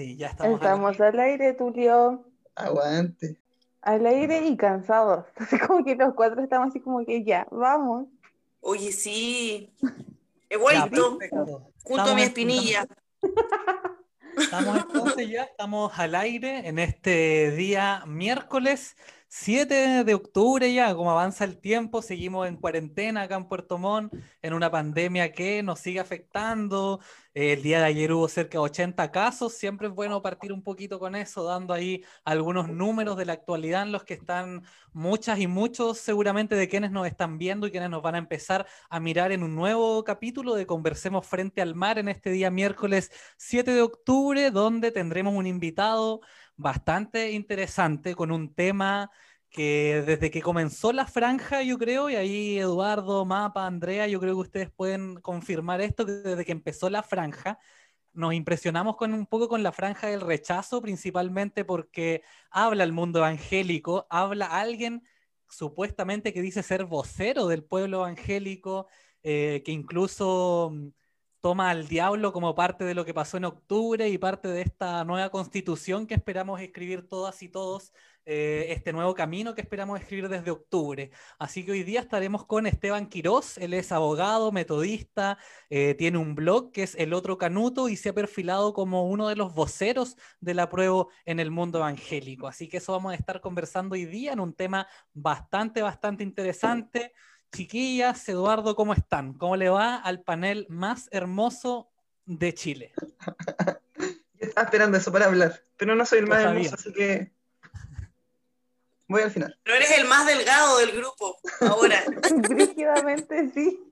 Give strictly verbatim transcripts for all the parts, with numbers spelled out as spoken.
Sí, ya estamos al Estamos aire. al aire, Tulio. Aguante. Al aire y cansados. Así como que los cuatro estamos así como que ya, vamos. Oye, sí, he Ya, vuelto perfecto. junto a Estamos mi en- espinilla. Estamos entonces ya, estamos al aire en este día miércoles siete de octubre ya, como avanza el tiempo, seguimos en cuarentena acá en Puerto Montt, en una pandemia que nos sigue afectando. Eh, el día de ayer hubo cerca de ochenta casos, siempre es bueno partir un poquito con eso, dando ahí algunos números de la actualidad en los que están muchas y muchos seguramente de quienes nos están viendo y quienes nos van a empezar a mirar en un nuevo capítulo de Conversemos Frente al Mar en este día miércoles siete de octubre, donde tendremos un invitado bastante interesante con un tema que desde que comenzó la franja, yo creo, y ahí Eduardo, Mapa, Andrea, yo creo que ustedes pueden confirmar esto, que desde que empezó la franja, nos impresionamos con un poco con la franja del rechazo, principalmente porque habla el mundo evangélico, habla alguien supuestamente que dice ser vocero del pueblo evangélico, eh, que incluso toma al diablo como parte de lo que pasó en octubre y parte de esta nueva constitución que esperamos escribir todas y todos, eh, este nuevo camino que esperamos escribir desde octubre. Así que hoy día estaremos con Esteban Quirós, él es abogado, metodista, eh, tiene un blog que es El Otro Canuto y se ha perfilado como uno de los voceros del apruebo en el mundo evangélico. Así que eso vamos a estar conversando hoy día en un tema bastante, bastante interesante. Chiquillas, Eduardo, ¿cómo están? ¿Cómo le va al panel más hermoso de Chile? Yo estaba esperando eso para hablar, pero no soy el Lo más sabía. hermoso, así que voy al final. Pero eres el más delgado del grupo, ahora. Brígidamente sí.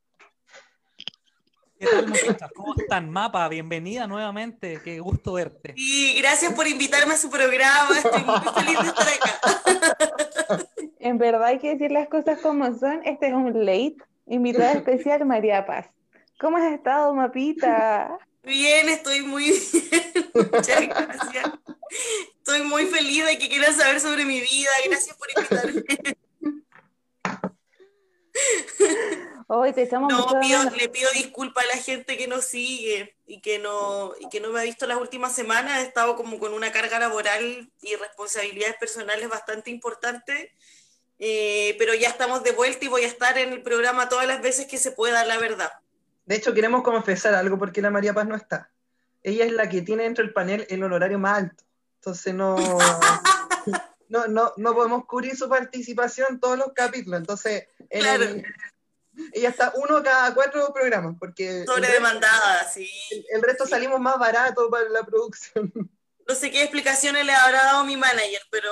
¿Qué tal, muchachas? ¿Cómo están? Mapa, bienvenida nuevamente. Qué gusto verte. Y gracias por invitarme a su programa, estoy muy feliz de estar acá. En verdad hay que decir las cosas como son. Este es un late. Invitada especial, María Paz. ¿Cómo has estado, Mapita? Bien, estoy muy bien, muchas gracias. Estoy muy feliz de que quieran saber sobre mi vida, gracias por invitarme. Hoy te echamos No, mucho de pido, menos. le pido disculpas a la gente que nos sigue y que no, y que no me ha visto las últimas semanas. He estado como con una carga laboral y responsabilidades personales bastante importantes, eh, pero ya estamos de vuelta y voy a estar en el programa todas las veces que se pueda, la verdad. De hecho, queremos confesar algo porque la María Paz no está. Ella es la que tiene dentro del panel el honorario más alto. Entonces no, no, no, no podemos cubrir su participación en todos los capítulos. Entonces, en Claro. el, ella está uno cada cuatro programas, porque el resto, Sobredemandada, sí. el, el resto sí. salimos más baratos para la producción. No sé qué explicaciones le habrá dado mi manager, pero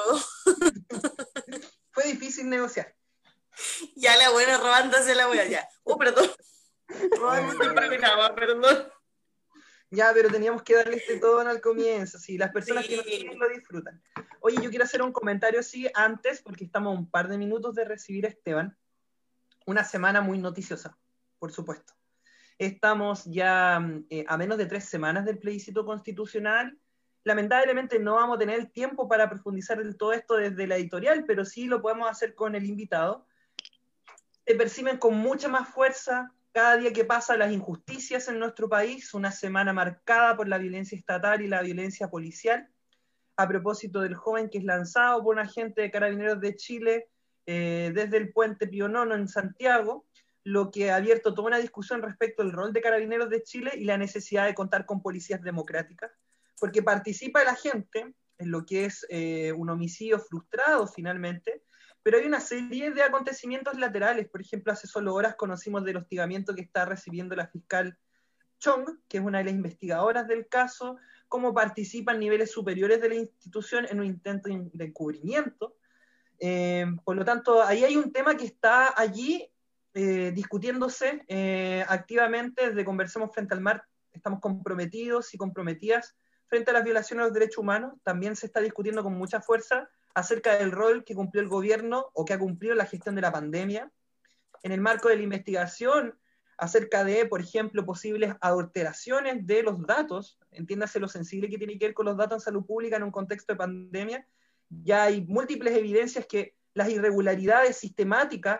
Fue difícil negociar. ya la buena robándose la wea, ya. Oh, perdón. Robándose el programa, perdón. Ya, pero teníamos que darle este tono al comienzo, sí, las personas Sí. que nos siguen lo disfrutan. Oye, yo quiero hacer un comentario así antes, porque estamos a un par de minutos de recibir a Esteban. Una semana muy noticiosa, por supuesto. Estamos ya eh, a menos de tres semanas del plebiscito constitucional. Lamentablemente no vamos a tener el tiempo para profundizar en todo esto desde la editorial, pero sí lo podemos hacer con el invitado. Se perciben con mucha más fuerza cada día que pasa las injusticias en nuestro país, una semana marcada por la violencia estatal y la violencia policial. A propósito del joven que es lanzado por un agente de Carabineros de Chile eh, desde el puente Pío Nono en Santiago, lo que ha abierto toda una discusión respecto al rol de Carabineros de Chile y la necesidad de contar con policías democráticas, porque participa la gente en lo que es eh, un homicidio frustrado finalmente, pero hay una serie de acontecimientos laterales. Por ejemplo, hace solo horas conocimos del hostigamiento que está recibiendo la fiscal Chong, que es una de las investigadoras del caso, cómo participan niveles superiores de la institución en un intento de encubrimiento. Eh, por lo tanto, ahí hay un tema que está allí eh, discutiéndose eh, activamente. Desde Conversemos Frente al Mar estamos comprometidos y comprometidas frente a las violaciones de los derechos humanos. También se está discutiendo con mucha fuerza acerca del rol que cumplió el gobierno o que ha cumplido la gestión de la pandemia. En el marco de la investigación acerca de, por ejemplo, posibles adulteraciones de los datos, entiéndase lo sensible que tiene que ver con los datos en salud pública en un contexto de pandemia, ya hay múltiples evidencias que las irregularidades sistemáticas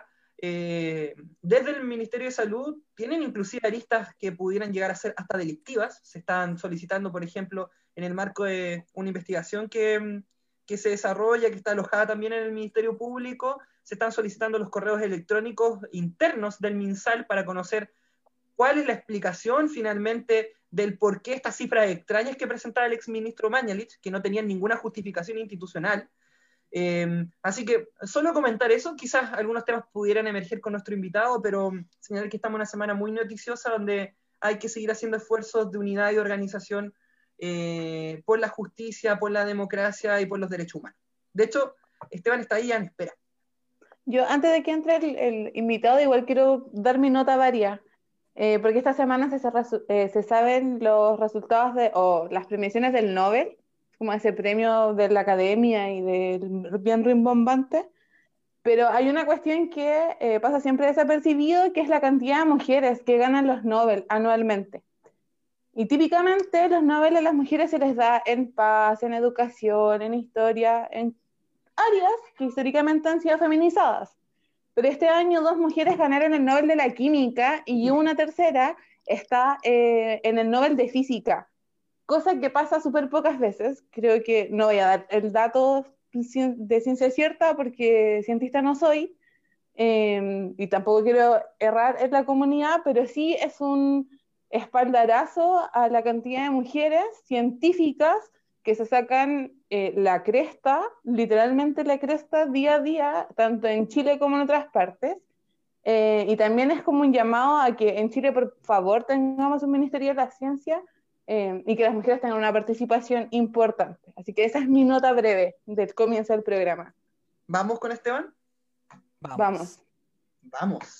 eh, desde el Ministerio de Salud tienen inclusive aristas que pudieran llegar a ser hasta delictivas. Se están solicitando, por ejemplo, en el marco de una investigación que, que se desarrolla, que está alojada también en el Ministerio Público, se están solicitando los correos electrónicos internos del MinSal para conocer cuál es la explicación finalmente del por qué estas cifras extrañas que presentaba el exministro Mañalich, que no tenían ninguna justificación institucional. Eh, así que solo comentar eso, quizás algunos temas pudieran emerger con nuestro invitado, pero señalar que estamos en una semana muy noticiosa donde hay que seguir haciendo esfuerzos de unidad y organización eh, por la justicia, por la democracia y por los derechos humanos. De hecho, Esteban está ahí en espera. Yo, antes de que entre el, el invitado, igual quiero dar mi nota varia, eh, porque esta semana se, se, eh, se saben los resultados de, o las premiaciones del Nobel, como ese premio de la academia y del bien rimbombante, pero hay una cuestión que eh, pasa siempre desapercibido, que es la cantidad de mujeres que ganan los Nobel anualmente. Y típicamente los Nobel a las mujeres se les da en paz, en educación, en historia, en áreas que históricamente han sido feminizadas. Pero este año dos mujeres ganaron el Nobel de la Química y una tercera está eh, en el Nobel de Física, cosa que pasa súper pocas veces. Creo que no voy a dar el dato de ciencia cierta porque cientista no soy, eh, y tampoco quiero errar en la comunidad, pero sí es un espaldarazo a la cantidad de mujeres científicas que se sacan eh, la cresta, literalmente la cresta día a día, tanto en Chile como en otras partes. Eh, y también es como un llamado a que en Chile, por favor, tengamos un Ministerio de la Ciencia eh, y que las mujeres tengan una participación importante. Así que esa es mi nota breve del comienzo del programa. ¿Vamos con Esteban? Vamos. Vamos. Vamos.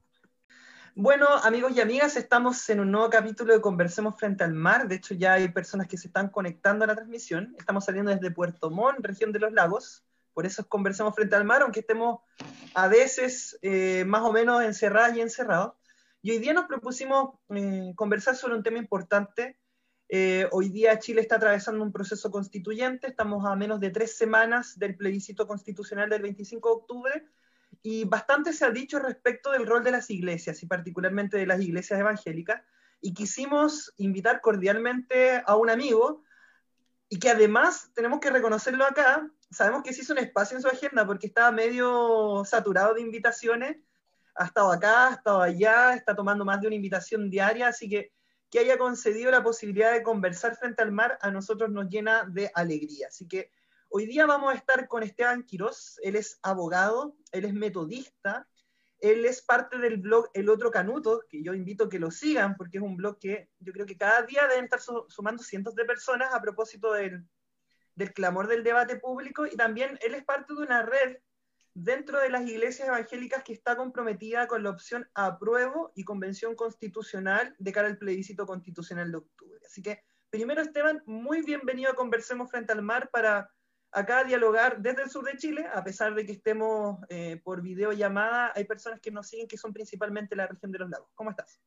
Bueno, amigos y amigas, estamos en un nuevo capítulo de Conversemos Frente al Mar. De hecho, ya hay personas que se están conectando a la transmisión. Estamos saliendo desde Puerto Montt, región de los lagos. Por eso es Conversemos Frente al Mar, aunque estemos a veces eh, más o menos encerradas y encerrados. Y hoy día nos propusimos eh, conversar sobre un tema importante. Eh, hoy día Chile está atravesando un proceso constituyente. Estamos a menos de tres semanas del plebiscito constitucional del veinticinco de octubre. Y bastante se ha dicho respecto del rol de las iglesias, y particularmente de las iglesias evangélicas, y quisimos invitar cordialmente a un amigo, y que además tenemos que reconocerlo acá, sabemos que se hizo un espacio en su agenda, porque estaba medio saturado de invitaciones, ha estado acá, ha estado allá, está tomando más de una invitación diaria, así que que haya concedido la posibilidad de conversar frente al mar, a nosotros nos llena de alegría. Así que hoy día vamos a estar con Esteban Quirós. Él es abogado, él es metodista, él es parte del blog El Otro Canuto, que yo invito a que lo sigan, porque es un blog que yo creo que cada día deben estar sumando cientos de personas a propósito del, del clamor del debate público, y también él es parte de una red dentro de las iglesias evangélicas que está comprometida con la opción apruebo y convención constitucional de cara al plebiscito constitucional de octubre. Así que, primero, Esteban, muy bienvenido a Conversemos Frente al Mar para acá dialogar desde el sur de Chile, a pesar de que estemos eh, por videollamada. Hay personas que nos siguen que son principalmente la región de los lagos. ¿Cómo estás?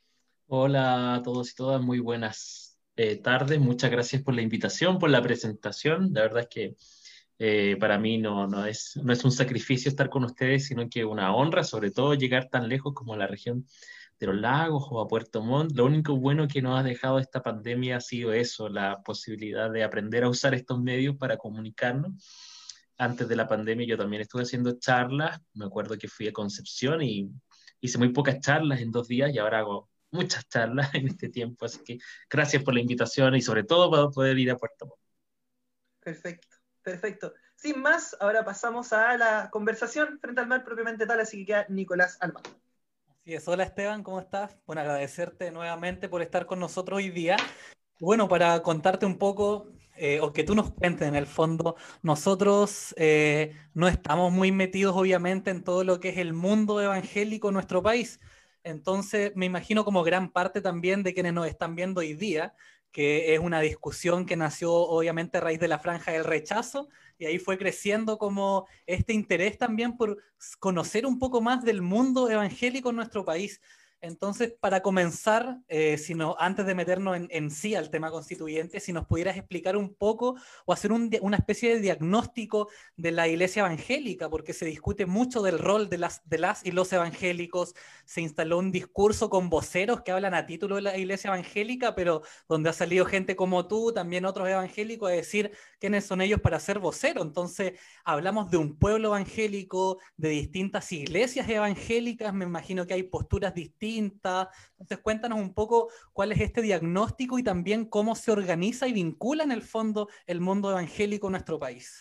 Hola a todos y todas, muy buenas eh, tardes. Muchas gracias por la invitación, por la presentación. La verdad es que eh, para mí no, no, es, no es un sacrificio estar con ustedes, sino que una honra, sobre todo llegar tan lejos como a la región de los lagos o a Puerto Montt. Lo único bueno que nos ha dejado esta pandemia ha sido eso, la posibilidad de aprender a usar estos medios para comunicarnos. Antes de la pandemia yo también estuve haciendo charlas, me acuerdo que fui a Concepción y hice muy pocas charlas en dos días y ahora hago muchas charlas en este tiempo, así que gracias por la invitación y sobre todo para poder ir a Puerto Montt. Perfecto, perfecto. Sin más, ahora pasamos a la conversación frente al mar propiamente tal, así que queda Nicolás Almagro. Así es. Hola Esteban, ¿cómo estás? Bueno, agradecerte nuevamente por estar con nosotros hoy día. Bueno, para contarte un poco, eh, o que tú nos cuentes en el fondo, nosotros eh, no estamos muy metidos obviamente en todo lo que es el mundo evangélico en nuestro país. Entonces me imagino como gran parte también de quienes nos están viendo hoy día, que es una discusión que nació obviamente a raíz de la franja del rechazo, y ahí fue creciendo como este interés también por conocer un poco más del mundo evangélico en nuestro país. Entonces, para comenzar, eh, si no, antes de meternos en, en sí al tema constituyente, si nos pudieras explicar un poco o hacer un, una especie de diagnóstico de la iglesia evangélica, porque se discute mucho del rol de las, de las y los evangélicos, se instaló un discurso con voceros que hablan a título de la iglesia evangélica, pero donde ha salido gente como tú, también otros evangélicos, a decir quiénes son ellos para ser voceros. Entonces, hablamos de un pueblo evangélico, de distintas iglesias evangélicas, me imagino que hay posturas distintas. Entonces, cuéntanos un poco cuál es este diagnóstico y también cómo se organiza y vincula en el fondo el mundo evangélico en nuestro país.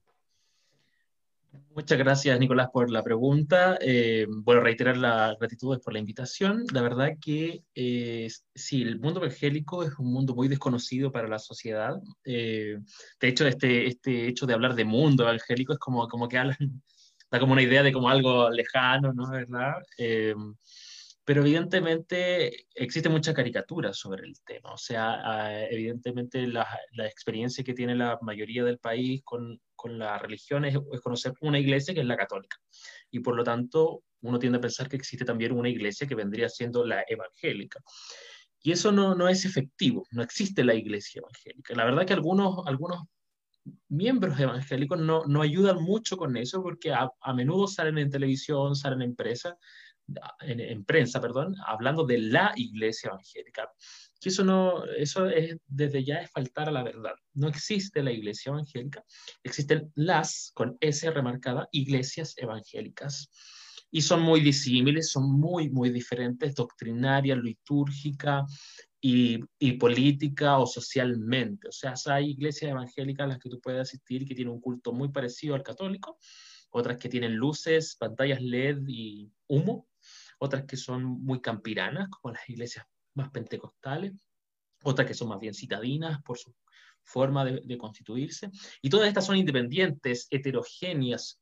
Muchas gracias, Nicolás, por la pregunta. Eh, bueno, reiterar la gratitud por la invitación. La verdad que eh, sí, el mundo evangélico es un mundo muy desconocido para la sociedad. Eh, de hecho, este, este hecho de hablar de mundo evangélico es como, como que hablan, da como una idea de como algo lejano, ¿no? ¿Verdad? Eh, pero evidentemente existe mucha caricatura sobre el tema. O sea, eh, evidentemente la, la experiencia que tiene la mayoría del país con, con la religión es, es conocer una iglesia que es la católica. Y por lo tanto, uno tiende a pensar que existe también una iglesia que vendría siendo la evangélica. Y eso no, no es efectivo, no existe la iglesia evangélica. La verdad que algunos, algunos miembros evangélicos no, no ayudan mucho con eso porque a, a menudo salen en televisión, salen en prensa, en, en prensa, perdón, hablando de la iglesia evangélica. Que eso no, eso es, desde ya es faltar a la verdad. No existe la iglesia evangélica, existen las, con S remarcada, iglesias evangélicas. Y son muy disímiles, son muy, muy diferentes, doctrinaria, litúrgica y, y política o socialmente. O sea, hay iglesias evangélicas a las que tú puedes asistir que tienen un culto muy parecido al católico, otras que tienen luces, pantallas L E D y humo, otras que son muy campiranas, como las iglesias más pentecostales, otras que son más bien citadinas por su forma de, de constituirse, y todas estas son independientes, heterogéneas,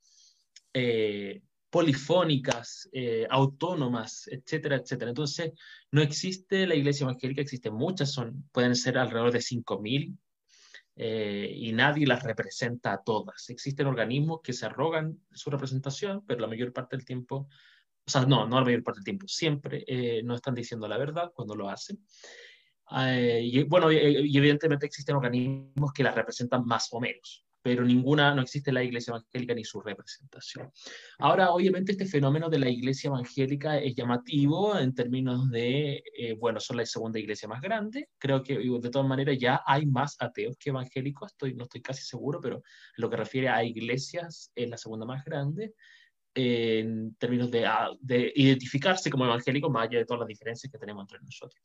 eh, polifónicas, eh, autónomas, etcétera, etcétera. Entonces, no existe la iglesia evangélica, existen muchas, son, pueden ser alrededor de cinco mil, eh, y nadie las representa a todas. Existen organismos que se arrogan su representación, pero la mayor parte del tiempo, o sea, no, no la mayor parte del tiempo, siempre eh, no están diciendo la verdad cuando lo hacen. Eh, y bueno, y, y evidentemente existen organismos que las representan más o menos, pero ninguna, no existe la iglesia evangélica ni su representación. Ahora, obviamente este fenómeno de la iglesia evangélica es llamativo en términos de, eh, bueno, son la segunda iglesia más grande, creo que de todas maneras ya hay más ateos que evangélicos, estoy, no estoy casi seguro, pero lo que refiere a iglesias es la segunda más grande, en términos de, de identificarse como evangélico, más allá de todas las diferencias que tenemos entre nosotros.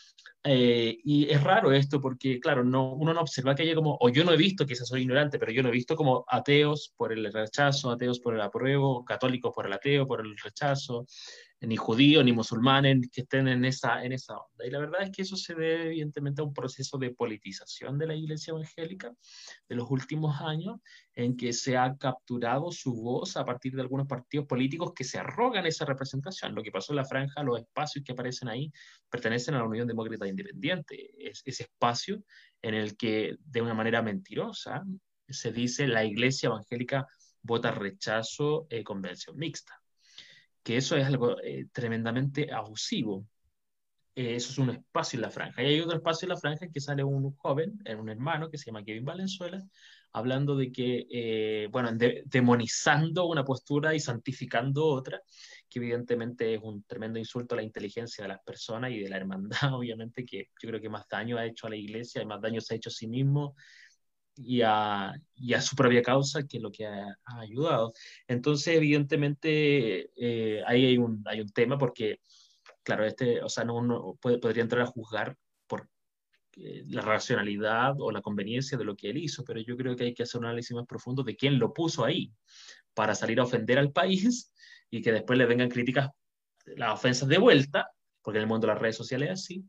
Eh, y es raro esto porque, claro, no, uno no observa que haya como, o yo no he visto, quizás soy ignorante, pero yo no he visto como ateos por el rechazo, ateos por el apruebo, católicos por el ateo, por el rechazo, ni judíos, ni musulmanes que estén en esa, en esa onda. Y la verdad es que eso se debe evidentemente a un proceso de politización de la iglesia evangélica de los últimos años, en que se ha capturado su voz a partir de algunos partidos políticos que se arrogan esa representación. Lo que pasó en la franja, los espacios que aparecen ahí, pertenecen a la Unión Demócrata Independiente. Es ese espacio en el que, de una manera mentirosa, se dice la iglesia evangélica vota rechazo, eh, convención mixta. Que eso es algo eh, tremendamente abusivo. Eh, eso es un espacio en la franja. Y hay otro espacio en la franja en que sale un joven, un hermano que se llama Kevin Valenzuela, hablando de que, eh, bueno, de, demonizando una postura y santificando otra, que evidentemente es un tremendo insulto a la inteligencia de las personas y de la hermandad, obviamente, que yo creo que más daño ha hecho a la iglesia y más daño se ha hecho a sí mismo y a, y a su propia causa que lo que ha, ha ayudado. Entonces, evidentemente, eh, ahí hay un, hay un tema porque, claro, este, o sea, no uno puede, podría entrar a juzgar por eh, la racionalidad o la conveniencia de lo que él hizo, pero yo creo que hay que hacer un análisis más profundo de quién lo puso ahí para salir a ofender al país y que después le vengan críticas, las ofensas de vuelta, porque en el mundo de las redes sociales es así.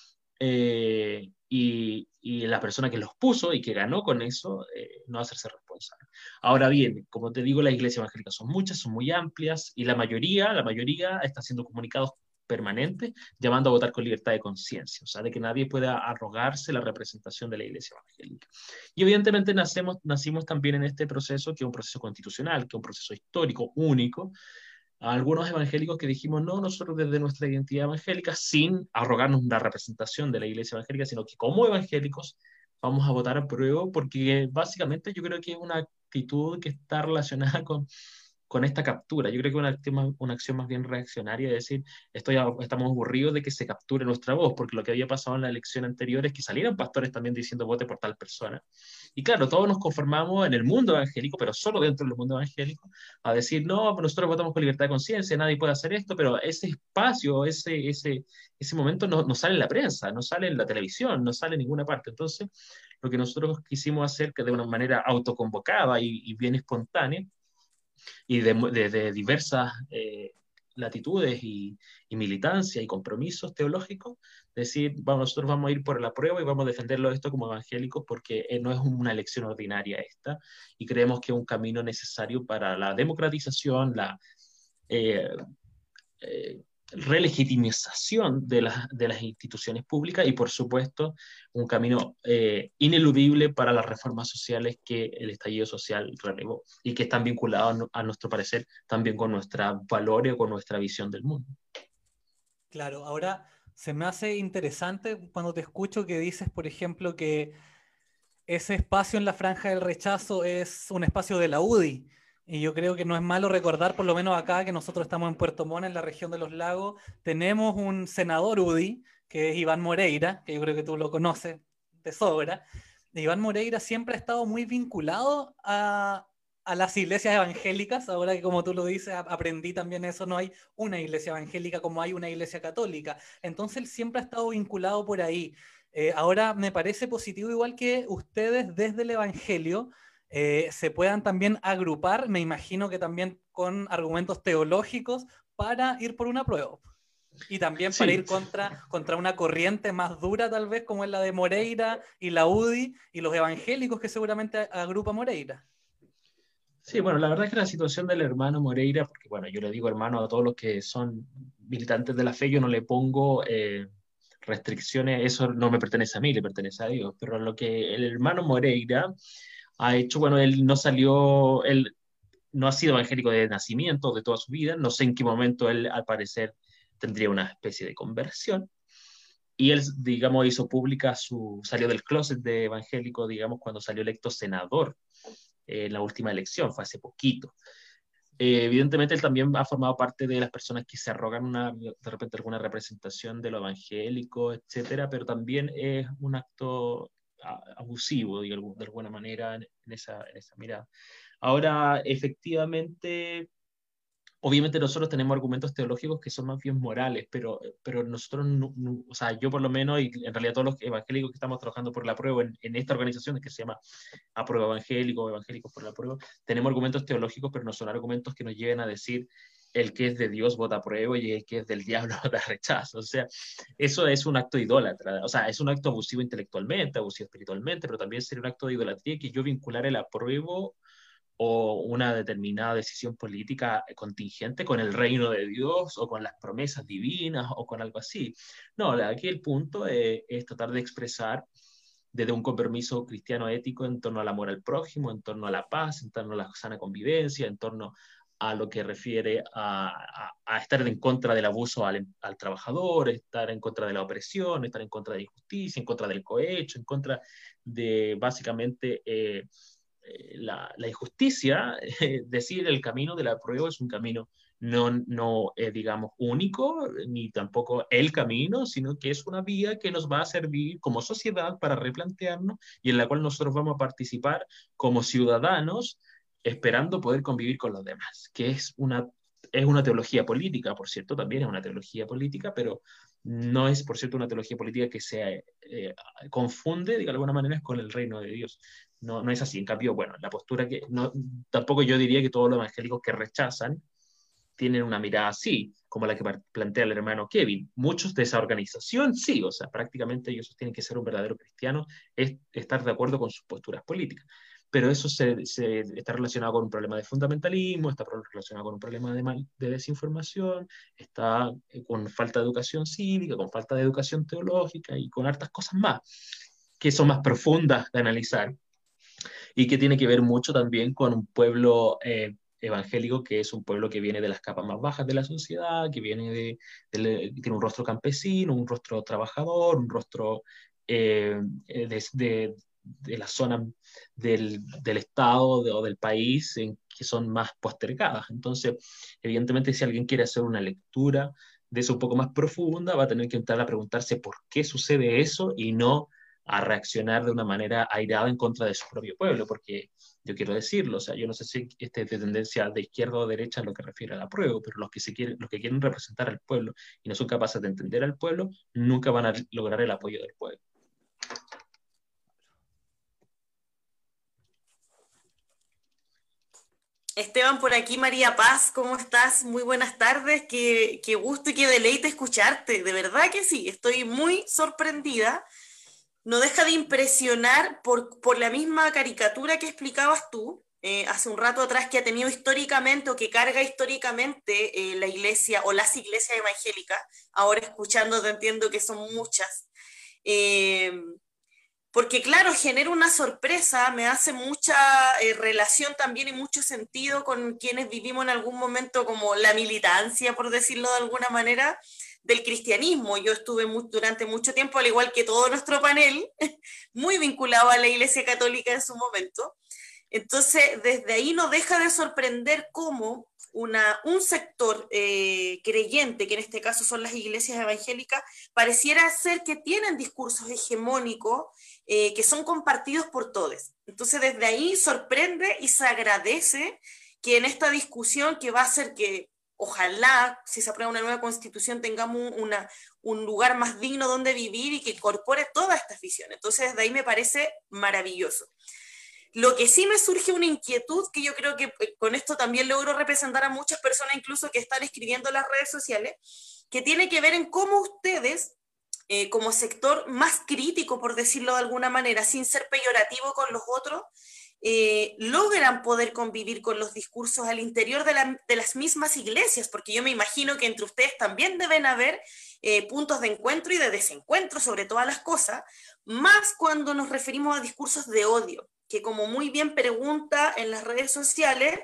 Eh, y, y la persona que los puso y que ganó con eso eh, no hacerse responsable. Ahora bien, como te digo, las iglesias evangélicas son muchas, son muy amplias y la mayoría, la mayoría está haciendo comunicados permanentes llamando a votar con libertad de conciencia, o sea, de que nadie pueda arrogarse la representación de la iglesia evangélica. Y evidentemente nacemos, nacimos también en este proceso, que es un proceso constitucional, que es un proceso histórico único, a algunos evangélicos que dijimos, no, nosotros desde nuestra identidad evangélica, sin arrogarnos una representación de la iglesia evangélica, sino que como evangélicos vamos a votar a prueba, porque básicamente yo creo que es una actitud que está relacionada con, con esta captura. Yo creo que es una acción, más, una acción más bien reaccionaria, de decir, estoy, estamos aburridos de que se capture nuestra voz, porque lo que había pasado en la elección anterior es que salieron pastores también diciendo vote por tal persona. Y claro, todos nos conformamos en el mundo evangélico, pero solo dentro del mundo evangélico, a decir, no, nosotros votamos con libertad de conciencia, nadie puede hacer esto, pero ese espacio, ese, ese, ese momento no, no sale en la prensa, no sale en la televisión, no sale en ninguna parte. Entonces, lo que nosotros quisimos hacer, que de una manera autoconvocada y, y bien espontánea, y de, de, de diversas eh, latitudes y, y militancia y compromisos teológicos, decir, vamos, nosotros vamos a ir por la prueba y vamos a defenderlo esto como evangélicos porque eh, no es una elección ordinaria esta, y creemos que es un camino necesario para la democratización, la eh, eh, relegitimización de, la, de las instituciones públicas y, por supuesto, un camino eh, ineludible para las reformas sociales que el estallido social relevó y que están vinculados, a nuestro parecer, también con nuestra valores o con nuestra visión del mundo. Claro, ahora se me hace interesante cuando te escucho que dices, por ejemplo, que ese espacio en la franja del rechazo es un espacio de la U D I. Y yo creo que no es malo recordar, por lo menos acá, que nosotros estamos en Puerto Montt, en la región de los lagos, tenemos un senador U D I, que es Iván Moreira, que yo creo que tú lo conoces de sobra. Iván Moreira siempre ha estado muy vinculado a, a las iglesias evangélicas. Ahora que, como tú lo dices, aprendí también eso, no hay una iglesia evangélica como hay una iglesia católica. Entonces él siempre ha estado vinculado por ahí. Eh, ahora me parece positivo igual que ustedes desde el Evangelio eh, se puedan también agrupar, me imagino que también con argumentos teológicos para ir por una prueba. Y también para Sí. ir contra, contra una corriente más dura tal vez como es la de Moreira y la U D I y los evangélicos que seguramente agrupa Moreira. Sí, bueno, la verdad es que la situación del hermano Moreira, porque bueno, yo le digo hermano a todos los que son militantes de la fe, yo no le pongo... Eh, restricciones, eso no me pertenece a mí, le pertenece a Dios, pero lo que el hermano Moreira ha hecho, bueno, él no salió, él no ha sido evangélico de nacimiento, de toda su vida, no sé en qué momento él, al parecer, tendría una especie de conversión, y él, digamos, hizo pública su, salió del closet de evangélico, digamos, cuando salió electo senador eh, en la última elección, fue hace poquito. Eh, evidentemente él también ha formado parte de las personas que se arrogan una, de repente alguna representación de lo evangélico, etcétera, pero también es un acto abusivo de, de alguna manera en, en, esa, en esa mirada. Ahora, efectivamente, obviamente nosotros tenemos argumentos teológicos que son más bien morales, pero, pero nosotros, no, no, o sea, yo por lo menos, y en realidad todos los evangélicos que estamos trabajando por la prueba en, en esta organización que se llama Aprueba Evangélico, Evangélicos por la Prueba, tenemos argumentos teológicos, pero no son argumentos que nos lleven a decir el que es de Dios vota prueba y el que es del diablo vota rechazo. O sea, eso es un acto idólatra, o sea, es un acto abusivo intelectualmente, abusivo espiritualmente, pero también sería un acto de idolatría que yo vincular el apruebo o una determinada decisión política contingente con el reino de Dios o con las promesas divinas o con algo así. No, aquí el punto es, es tratar de expresar desde un compromiso cristiano ético en torno al amor al prójimo, en torno a la paz, en torno a la sana convivencia, en torno a lo que refiere a, a, a estar en contra del abuso al, al trabajador, estar en contra de la opresión, estar en contra de la injusticia, en contra del cohecho, en contra de básicamente... Eh, La, la injusticia, eh, decir el camino de la prueba es un camino no, no eh, digamos, único, ni tampoco el camino, sino que es una vía que nos va a servir como sociedad para replantearnos y en la cual nosotros vamos a participar como ciudadanos esperando poder convivir con los demás, que es una, es una teología política, por cierto, también es una teología política, pero no es, por cierto, una teología política que se eh, confunde, de alguna manera, con el reino de Dios. No, no es así. En cambio, bueno, la postura que... No, tampoco yo diría que todos los evangélicos que rechazan tienen una mirada así, como la que plantea el hermano Kevin. Muchos de esa organización sí, o sea, prácticamente ellos tienen que ser un verdadero cristiano, es estar de acuerdo con sus posturas políticas. Pero eso se, se está relacionado con un problema de fundamentalismo, está relacionado con un problema de, mal, de desinformación, está con falta de educación cívica, con falta de educación teológica y con hartas cosas más, que son más profundas de analizar y que tiene que ver mucho también con un pueblo eh, evangélico, que es un pueblo que viene de las capas más bajas de la sociedad, que viene de, de tiene un rostro campesino, un rostro trabajador, un rostro eh, de, de, de la zona del, del estado de, o del país en que son más postergadas. Entonces, evidentemente, si alguien quiere hacer una lectura de eso un poco más profunda, va a tener que entrar a preguntarse por qué sucede eso y no a reaccionar de una manera airada en contra de su propio pueblo, porque yo quiero decirlo, o sea, yo no sé si este es de tendencia de izquierda o derecha en lo que refiere al apruebo, pero los que, se quieren, los que quieren representar al pueblo y no son capaces de entender al pueblo, nunca van a lograr el apoyo del pueblo. Esteban, por aquí, María Paz, ¿cómo estás? Muy buenas tardes, qué, qué gusto y qué deleite escucharte, de verdad que sí, estoy muy sorprendida, no deja de impresionar por, por la misma caricatura que explicabas tú, eh, hace un rato atrás, que ha tenido históricamente o que carga históricamente eh, la iglesia o las iglesias evangélicas, ahora escuchándote entiendo que son muchas, eh, porque claro, genera una sorpresa, me hace mucha eh, relación también y mucho sentido con quienes vivimos en algún momento como la militancia, por decirlo de alguna manera, del cristianismo. Yo estuve muy, durante mucho tiempo, al igual que todo nuestro panel, muy vinculado a la Iglesia Católica en su momento. Entonces, desde ahí no deja de sorprender cómo una, un sector eh, creyente, que en este caso son las iglesias evangélicas, pareciera ser que tienen discursos hegemónicos eh, que son compartidos por todos. Entonces, desde ahí sorprende y se agradece que en esta discusión que va a hacer que, ojalá, si se aprueba una nueva constitución, tengamos una, un lugar más digno donde vivir y que incorpore todas estas visiones. Entonces, desde ahí me parece maravilloso. Lo que sí me surge una inquietud, que yo creo que con esto también logro representar a muchas personas incluso que están escribiendo en las redes sociales, que tiene que ver en cómo ustedes, eh, como sector más crítico, por decirlo de alguna manera, sin ser peyorativo con los otros, eh, logran poder convivir con los discursos al interior de, la, de las mismas iglesias, porque yo me imagino que entre ustedes también deben haber eh, puntos de encuentro y de desencuentro sobre todas las cosas, más cuando nos referimos a discursos de odio, que como muy bien pregunta en las redes sociales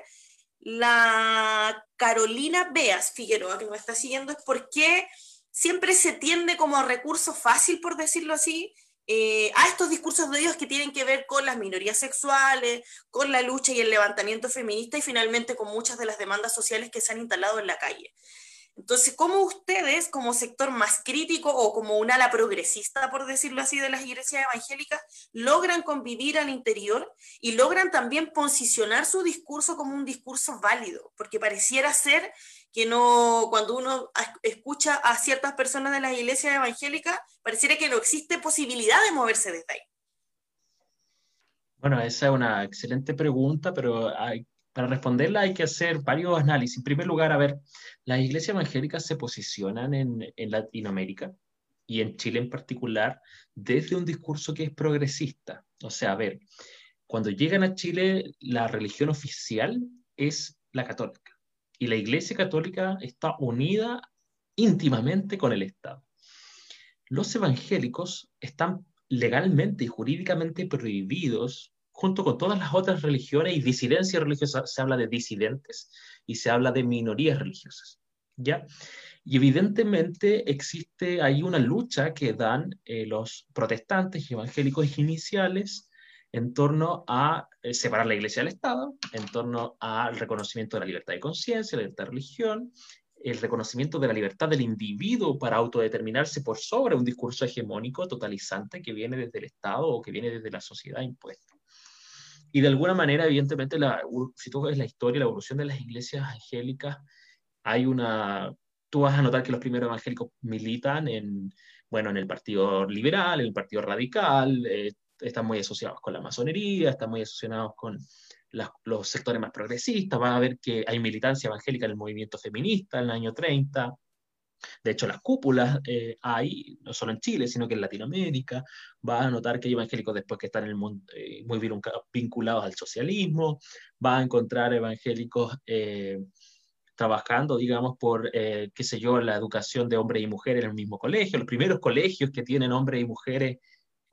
la Carolina Beas Figueroa, que nos está siguiendo, es por qué siempre se tiende como a recurso fácil, por decirlo así, eh, a estos discursos de odio que tienen que ver con las minorías sexuales, con la lucha y el levantamiento feminista y finalmente con muchas de las demandas sociales que se han instalado en la calle. Entonces, ¿cómo ustedes, como sector más crítico o como un ala progresista, por decirlo así, de las iglesias evangélicas, logran convivir al interior y logran también posicionar su discurso como un discurso válido? Porque pareciera ser que no, cuando uno escucha a ciertas personas de las iglesias evangélicas, pareciera que no existe posibilidad de moverse desde ahí. Bueno, esa es una excelente pregunta, pero hay, para responderla hay que hacer varios análisis. En primer lugar, a ver, las iglesias evangélicas se posicionan en, en Latinoamérica y en Chile en particular desde un discurso que es progresista. O sea, a ver, cuando llegan a Chile, la religión oficial es la católica y la iglesia católica está unida íntimamente con el Estado. Los evangélicos están legalmente y jurídicamente prohibidos, junto con todas las otras religiones y disidencias religiosas. Se habla de disidentes y se habla de minorías religiosas, ¿ya? Y evidentemente existe ahí una lucha que dan eh, los protestantes y evangélicos iniciales en torno a eh, separar la iglesia del Estado, en torno al reconocimiento de la libertad de conciencia, la libertad de religión, el reconocimiento de la libertad del individuo para autodeterminarse por sobre un discurso hegemónico totalizante que viene desde el Estado o que viene desde la sociedad impuesta. Y de alguna manera, evidentemente, la, si tú ves la historia, la evolución de las iglesias evangélicas, hay una... Tú vas a notar que los primeros evangélicos militan en, bueno, en el Partido Liberal, en el Partido Radical, eh, están muy asociados con la masonería, están muy asociados con las, los sectores más progresistas. Van a ver que hay militancia evangélica en el movimiento feminista en el año treinta. De hecho, las cúpulas eh, hay, no solo en Chile, sino que en Latinoamérica. Va a notar que hay evangélicos después que están en el mundo, eh, muy vinculados al socialismo. Va a encontrar evangélicos eh, trabajando, digamos, por, eh, qué sé yo, la educación de hombres y mujeres en el mismo colegio. Los primeros colegios que tienen hombres y mujeres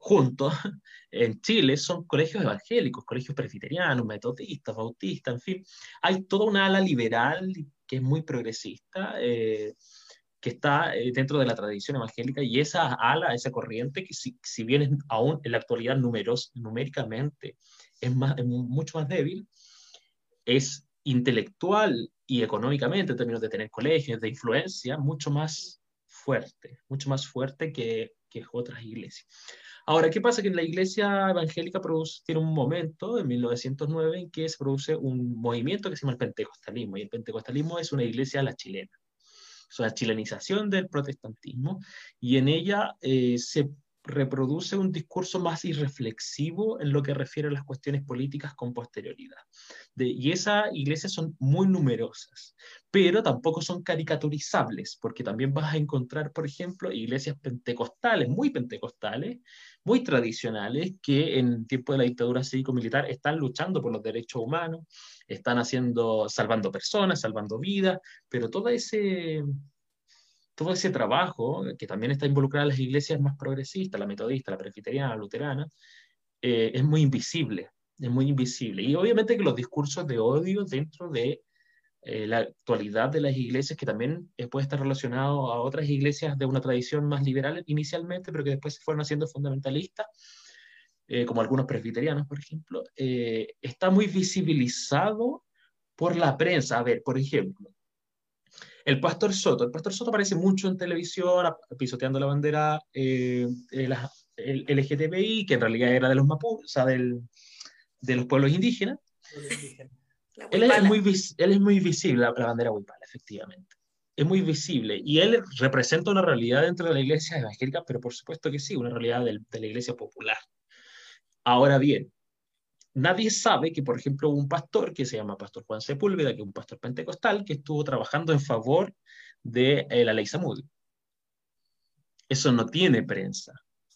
juntos en Chile son colegios evangélicos, colegios presbiterianos, metodistas, bautistas, en fin. Hay toda una ala liberal que es muy progresista, eh, que está eh, dentro de la tradición evangélica, y esa ala, esa corriente, que si, si bien es aún en la actualidad numeros, numéricamente es, más, es mucho más débil, es intelectual y económicamente, en términos de tener colegios, de influencia, mucho más fuerte, mucho más fuerte que, que otras iglesias. Ahora, ¿qué pasa? Que en la iglesia evangélica produce, tiene un momento, en mil novecientos nueve, en que se produce un movimiento que se llama el pentecostalismo, y el pentecostalismo es una iglesia a la chilena. Es una chilenización del protestantismo, y en ella eh, se reproduce un discurso más irreflexivo en lo que refiere a las cuestiones políticas con posterioridad. De, y esas iglesias son muy numerosas, pero tampoco son caricaturizables, porque también vas a encontrar, por ejemplo, iglesias pentecostales, muy pentecostales, muy tradicionales, que en tiempo de la dictadura cívico-militar están luchando por los derechos humanos, están haciendo, salvando personas, salvando vidas, pero todo ese... todo ese trabajo, que también está involucrado en las iglesias más progresistas, la metodista, la presbiteriana, la luterana, eh, es muy invisible, es muy invisible. Y obviamente que los discursos de odio dentro de eh, la actualidad de las iglesias, que también eh, puede estar relacionado a otras iglesias de una tradición más liberal inicialmente, pero que después se fueron haciendo fundamentalistas, eh, como algunos presbiterianos, por ejemplo, eh, está muy visibilizado por la prensa. A ver, por ejemplo, el Pastor Soto. El Pastor Soto aparece mucho en televisión, pisoteando la bandera eh, de la, el L G T B I, que en realidad era de los mapuches, o sea, del, de los pueblos indígenas. Él es, muy, él es muy visible, la, la bandera huipala, efectivamente. Es muy visible. Y él representa una realidad dentro de la iglesia evangélica, pero por supuesto que sí, una realidad del, de la iglesia popular. Ahora bien, nadie sabe que, por ejemplo, un pastor que se llama Pastor Juan Sepúlveda, que es un pastor pentecostal, que estuvo trabajando en favor de eh, la ley Samud. Eso no tiene prensa.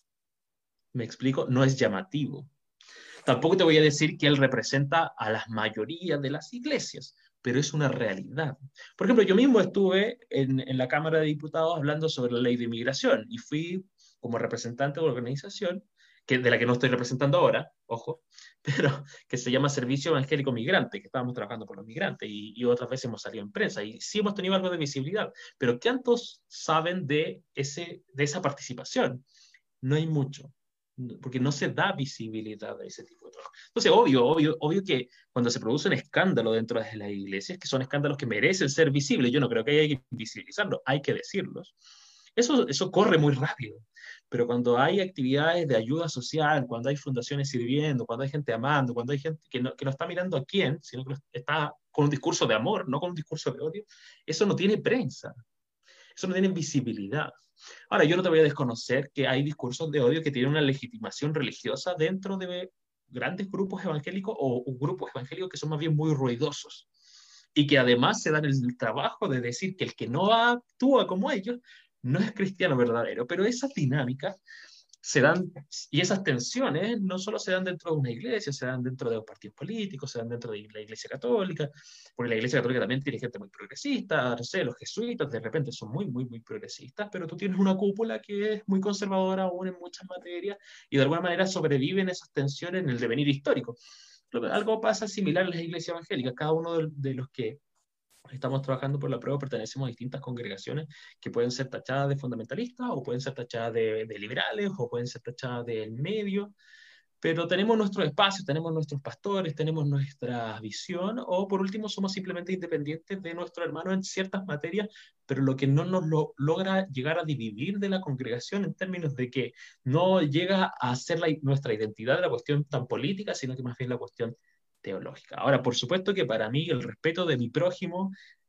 ¿Me explico? No es llamativo. Tampoco te voy a decir que él representa a las mayorías de las iglesias, pero es una realidad. Por ejemplo, yo mismo estuve en, en la Cámara de Diputados hablando sobre la ley de inmigración, y fui como representante de una organización que, de la que no estoy representando ahora, ojo, pero que se llama Servicio Evangélico Migrante, que estábamos trabajando por los migrantes, y, y otras veces hemos salido en prensa, y sí hemos tenido algo de visibilidad, pero ¿cuántos saben de, ese, de esa participación? No hay mucho, porque no se da visibilidad a ese tipo de trabajo. Entonces, obvio, obvio, obvio que cuando se produce un escándalo dentro de las iglesias, que son escándalos que merecen ser visibles, yo no creo que haya que visibilizarlos, hay que decirlos. Eso, eso corre muy rápido, pero cuando hay actividades de ayuda social, cuando hay fundaciones sirviendo, cuando hay gente amando, cuando hay gente que no, que no está mirando a quién, sino que está con un discurso de amor, no con un discurso de odio, eso no tiene prensa, eso no tiene visibilidad. Ahora, yo no te voy a desconocer que hay discursos de odio que tienen una legitimación religiosa dentro de grandes grupos evangélicos o, o grupos evangélicos que son más bien muy ruidosos, y que además se dan el trabajo de decir que el que no actúa como ellos no es cristiano verdadero. Pero esas dinámicas se dan, y esas tensiones no solo se dan dentro de una iglesia, se dan dentro de los partidos políticos, se dan dentro de la iglesia católica, porque la iglesia católica también tiene gente muy progresista, no sé, los jesuitas de repente son muy, muy, muy progresistas, pero tú tienes una cúpula que es muy conservadora aún en muchas materias, y de alguna manera sobreviven esas tensiones en el devenir histórico. Algo pasa similar en las iglesias evangélicas. Cada uno de, de los que estamos trabajando por la prueba pertenecemos a distintas congregaciones que pueden ser tachadas de fundamentalistas, o pueden ser tachadas de, de liberales, o pueden ser tachadas del medio, pero tenemos nuestros espacios, tenemos nuestros pastores, tenemos nuestra visión, o por último somos simplemente independientes de nuestro hermano en ciertas materias, pero lo que no nos lo, logra llegar a dividir de la congregación en términos de que no llega a ser la, nuestra identidad de la cuestión tan política, sino que más bien la cuestión teológica. Ahora, por supuesto que para mí el respeto de mi prójimo,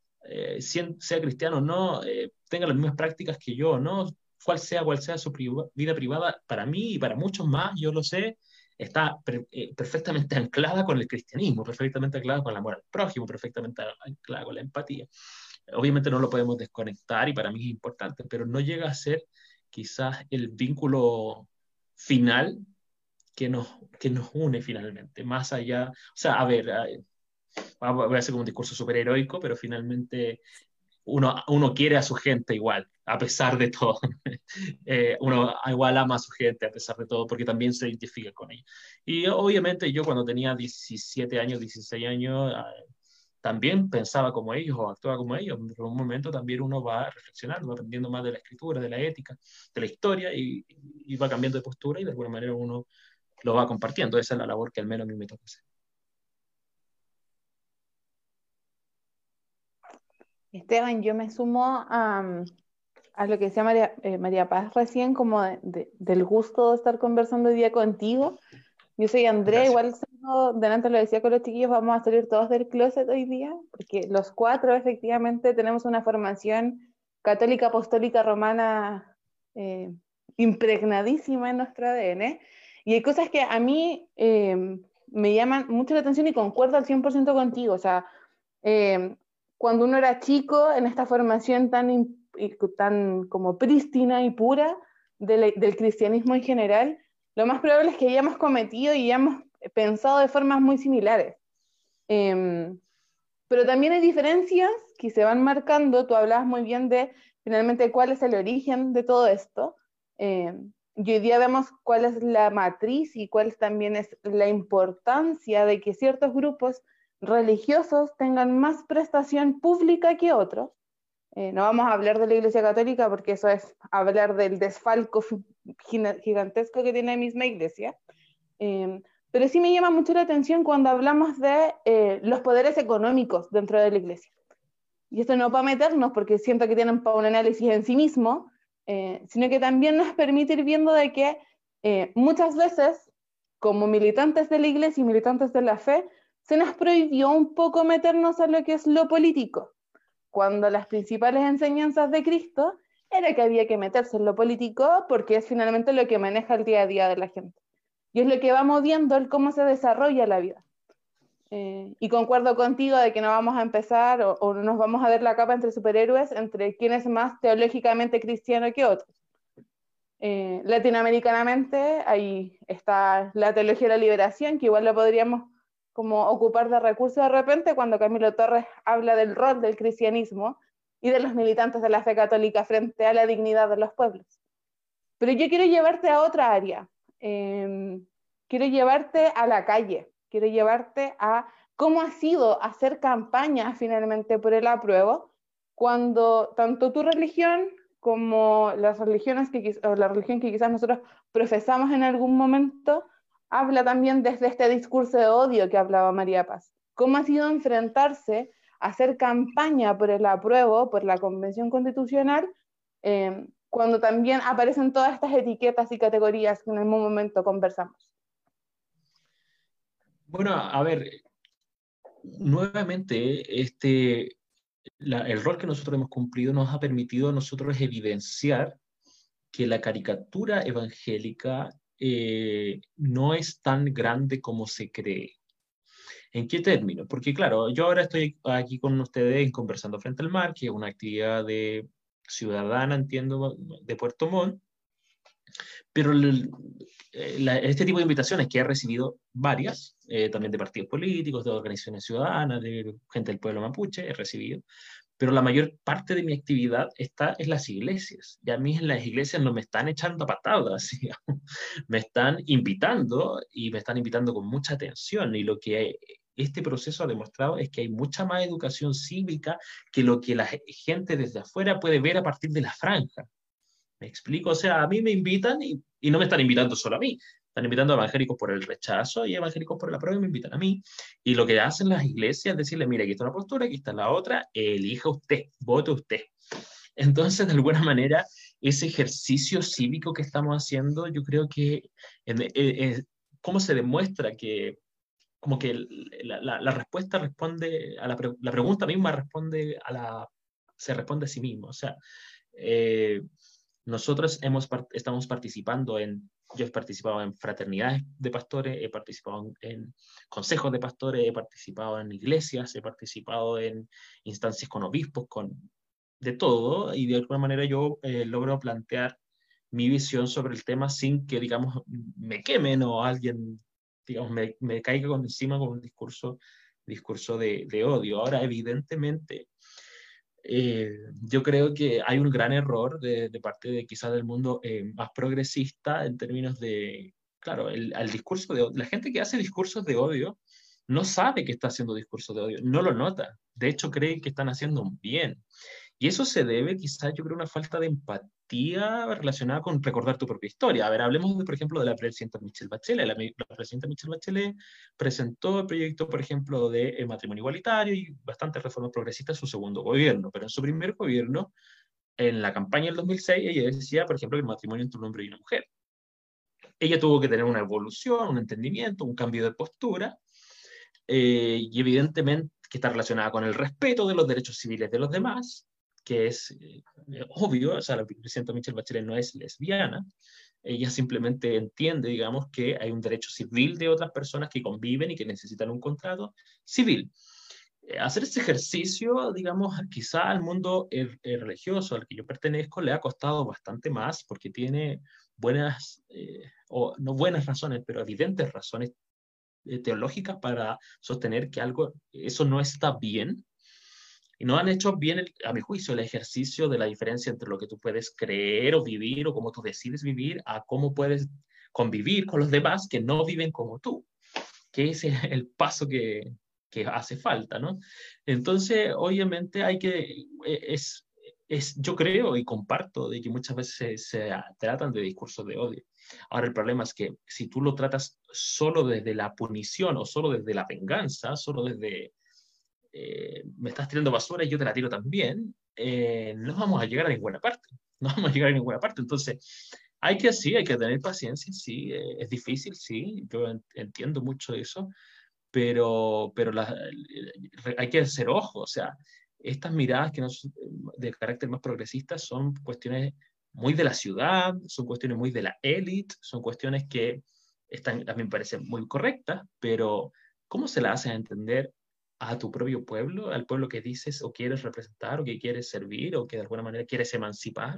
eh, sea cristiano o no, eh, tenga las mismas prácticas que yo, ¿no? Cual sea, cual sea su priva vida privada, para mí y para muchos más, yo lo sé, está per eh, perfectamente anclada con el cristianismo, perfectamente anclada con el amor al prójimo, perfectamente anclada con la empatía. Obviamente no lo podemos desconectar, y para mí es importante, pero no llega a ser quizás el vínculo final que nos, que nos une finalmente, más allá, o sea, a ver, voy a hacer como un discurso súper heroico, pero finalmente uno, uno quiere a su gente igual, a pesar de todo. eh, uno igual ama a su gente, a pesar de todo, porque también se identifica con ella. Y obviamente yo cuando tenía diecisiete años, dieciséis años, eh, también pensaba como ellos o actuaba como ellos. Pero en un momento también uno va reflexionando, va aprendiendo más de la escritura, de la ética, de la historia, y, y va cambiando de postura y de alguna manera uno lo va compartiendo. Esa es la labor que al menos a mí me toca hacer. Esteban, yo me sumo a, a lo que decía María, eh, María Paz recién, como de- de- del gusto de estar conversando hoy día contigo. Yo soy Andrea, Gracias. igual salgo- delante lo decía con los chiquillos, vamos a salir todos del closet hoy día, porque los cuatro efectivamente tenemos una formación católica, apostólica, romana eh, impregnadísima en nuestro A D N. Y hay cosas que a mí eh, me llaman mucho la atención y concuerdo al cien por ciento contigo. O sea, eh, cuando uno era chico, en esta formación tan, in- y tan como prístina y pura de la- del cristianismo en general, lo más probable es que hayamos cometido y hayamos pensado de formas muy similares. Eh, pero también hay diferencias que se van marcando. Tú hablabas muy bien de finalmente cuál es el origen de todo esto. Eh, y hoy día vemos cuál es la matriz y cuál también es la importancia de que ciertos grupos religiosos tengan más prestación pública que otros. Eh, no vamos a hablar de la Iglesia Católica porque eso es hablar del desfalco gigantesco que tiene la misma Iglesia. Eh, pero sí me llama mucho la atención cuando hablamos de eh, los poderes económicos dentro de la Iglesia. Y esto no para meternos porque siento que tienen para un análisis en sí mismo, eh, sino que también nos permite ir viendo de que eh, muchas veces, como militantes de la Iglesia y militantes de la fe, se nos prohibió un poco meternos a lo que es lo político, cuando las principales enseñanzas de Cristo era que había que meterse en lo político porque es finalmente lo que maneja el día a día de la gente. Y es lo que va moviendo el cómo se desarrolla la vida. Eh, y concuerdo contigo de que no vamos a empezar o, o nos vamos a ver la capa entre superhéroes, entre quién es más teológicamente cristiano que otro. Eh, latinoamericanamente, ahí está la teología de la liberación, que igual lo podríamos como ocupar de recurso de repente cuando Camilo Torres habla del rol del cristianismo y de los militantes de la fe católica frente a la dignidad de los pueblos. Pero yo quiero llevarte a otra área. Eh, quiero llevarte a la calle. Quiero llevarte a cómo ha sido hacer campaña finalmente por el apruebo cuando tanto tu religión como las religiones que, o la religión que quizás nosotros profesamos en algún momento habla también desde este discurso de odio que hablaba María Paz. ¿Cómo ha sido enfrentarse a hacer campaña por el apruebo, por la Convención Constitucional, eh, cuando también aparecen todas estas etiquetas y categorías que en algún momento conversamos? Bueno, a ver, nuevamente, este, la- el rol que nosotros hemos cumplido nos ha permitido a nosotros evidenciar que la caricatura evangélica eh, no es tan grande como se cree. ¿En qué término? Porque claro, yo ahora estoy aquí con ustedes en Conversando Frente al Mar, que es una actividad de ciudadana, entiendo, de Puerto Montt, pero el, eh, la, este tipo de invitaciones que he recibido varias, eh, también de partidos políticos, de organizaciones ciudadanas, de gente del pueblo mapuche, he recibido, pero la mayor parte de mi actividad está en las iglesias. Y a mí en las iglesias no me están echando patadas, digamos. Me están invitando y me están invitando con mucha atención. Y lo que este proceso ha demostrado es que hay mucha más educación cívica que lo que la gente desde afuera puede ver a partir de la franja. ¿Me explico? O sea, a mí me invitan y, y no me están invitando solo a mí. Están invitando a evangélicos por el rechazo y evangélicos por la prueba y me invitan a mí. Y lo que hacen las iglesias es decirle, mira, aquí está una postura, aquí está la otra, elija usted, vote usted. Entonces, de alguna manera, ese ejercicio cívico que estamos haciendo, yo creo que, en, en, en, ¿cómo se demuestra que, como que la, la, la respuesta responde, a la, la pregunta misma responde a la, se responde a sí mismo? O sea, eh, nosotros hemos, estamos participando en, yo he participado en fraternidades de pastores, he participado en, en consejos de pastores, he participado en iglesias, he participado en instancias con obispos, con de todo, y de alguna manera yo eh, logro plantear mi visión sobre el tema sin que, digamos, me quemen o alguien, digamos, me, me caiga con encima con un discurso, discurso de, de odio. Ahora, evidentemente, eh, yo creo que hay un gran error de, de parte de quizás del mundo eh, más progresista en términos de, claro, el, al discurso de odio. La gente que hace discursos de odio no sabe que está haciendo discursos de odio, no lo nota. De hecho, cree que están haciendo un bien. Y eso se debe quizás, yo creo, a una falta de empatía relacionada con recordar tu propia historia. A ver, hablemos, de, por ejemplo, de la presidenta Michelle Bachelet. La, la presidenta Michelle Bachelet presentó el proyecto, por ejemplo, de eh, matrimonio igualitario y bastantes reformas progresistas en su segundo gobierno. Pero en su primer gobierno, en la campaña del dos mil seis, ella decía, por ejemplo, que el matrimonio entre un hombre y una mujer. Ella tuvo que tener una evolución, un entendimiento, un cambio de postura, eh, y evidentemente que está relacionada con el respeto de los derechos civiles de los demás, que es eh, obvio. O sea, la presidenta Michelle Bachelet no es lesbiana, ella simplemente entiende, digamos, que hay un derecho civil de otras personas que conviven y que necesitan un contrato civil. Eh, hacer ese ejercicio, digamos, quizá al mundo er, er religioso al que yo pertenezco le ha costado bastante más, porque tiene buenas, eh, o no buenas razones, pero evidentes razones eh, teológicas para sostener que algo, eso no está bien. Y no han hecho bien, el, a mi juicio, el ejercicio de la diferencia entre lo que tú puedes creer o vivir o cómo tú decides vivir a cómo puedes convivir con los demás que no viven como tú, que ese es el paso que, que hace falta, ¿no? Entonces, obviamente hay que, es, es, yo creo y comparto de que muchas veces se, se tratan de discursos de odio. Ahora, el problema es que si tú lo tratas solo desde la punición o solo desde la venganza, solo desde Eh, me estás tirando basura y yo te la tiro también, eh, no vamos a llegar a ninguna parte, no vamos a llegar a ninguna parte. Entonces, hay que, sí, hay que tener paciencia, sí, eh, es difícil, sí, yo entiendo mucho eso, pero, pero la, hay que hacer ojo. O sea, estas miradas que nos, de carácter más progresista son cuestiones muy de la ciudad, son cuestiones muy de la élite, son cuestiones que están, a mí me parecen muy correctas, pero ¿cómo se las hace entender a tu propio pueblo, al pueblo que dices o quieres representar o que quieres servir o que de alguna manera quieres emancipar?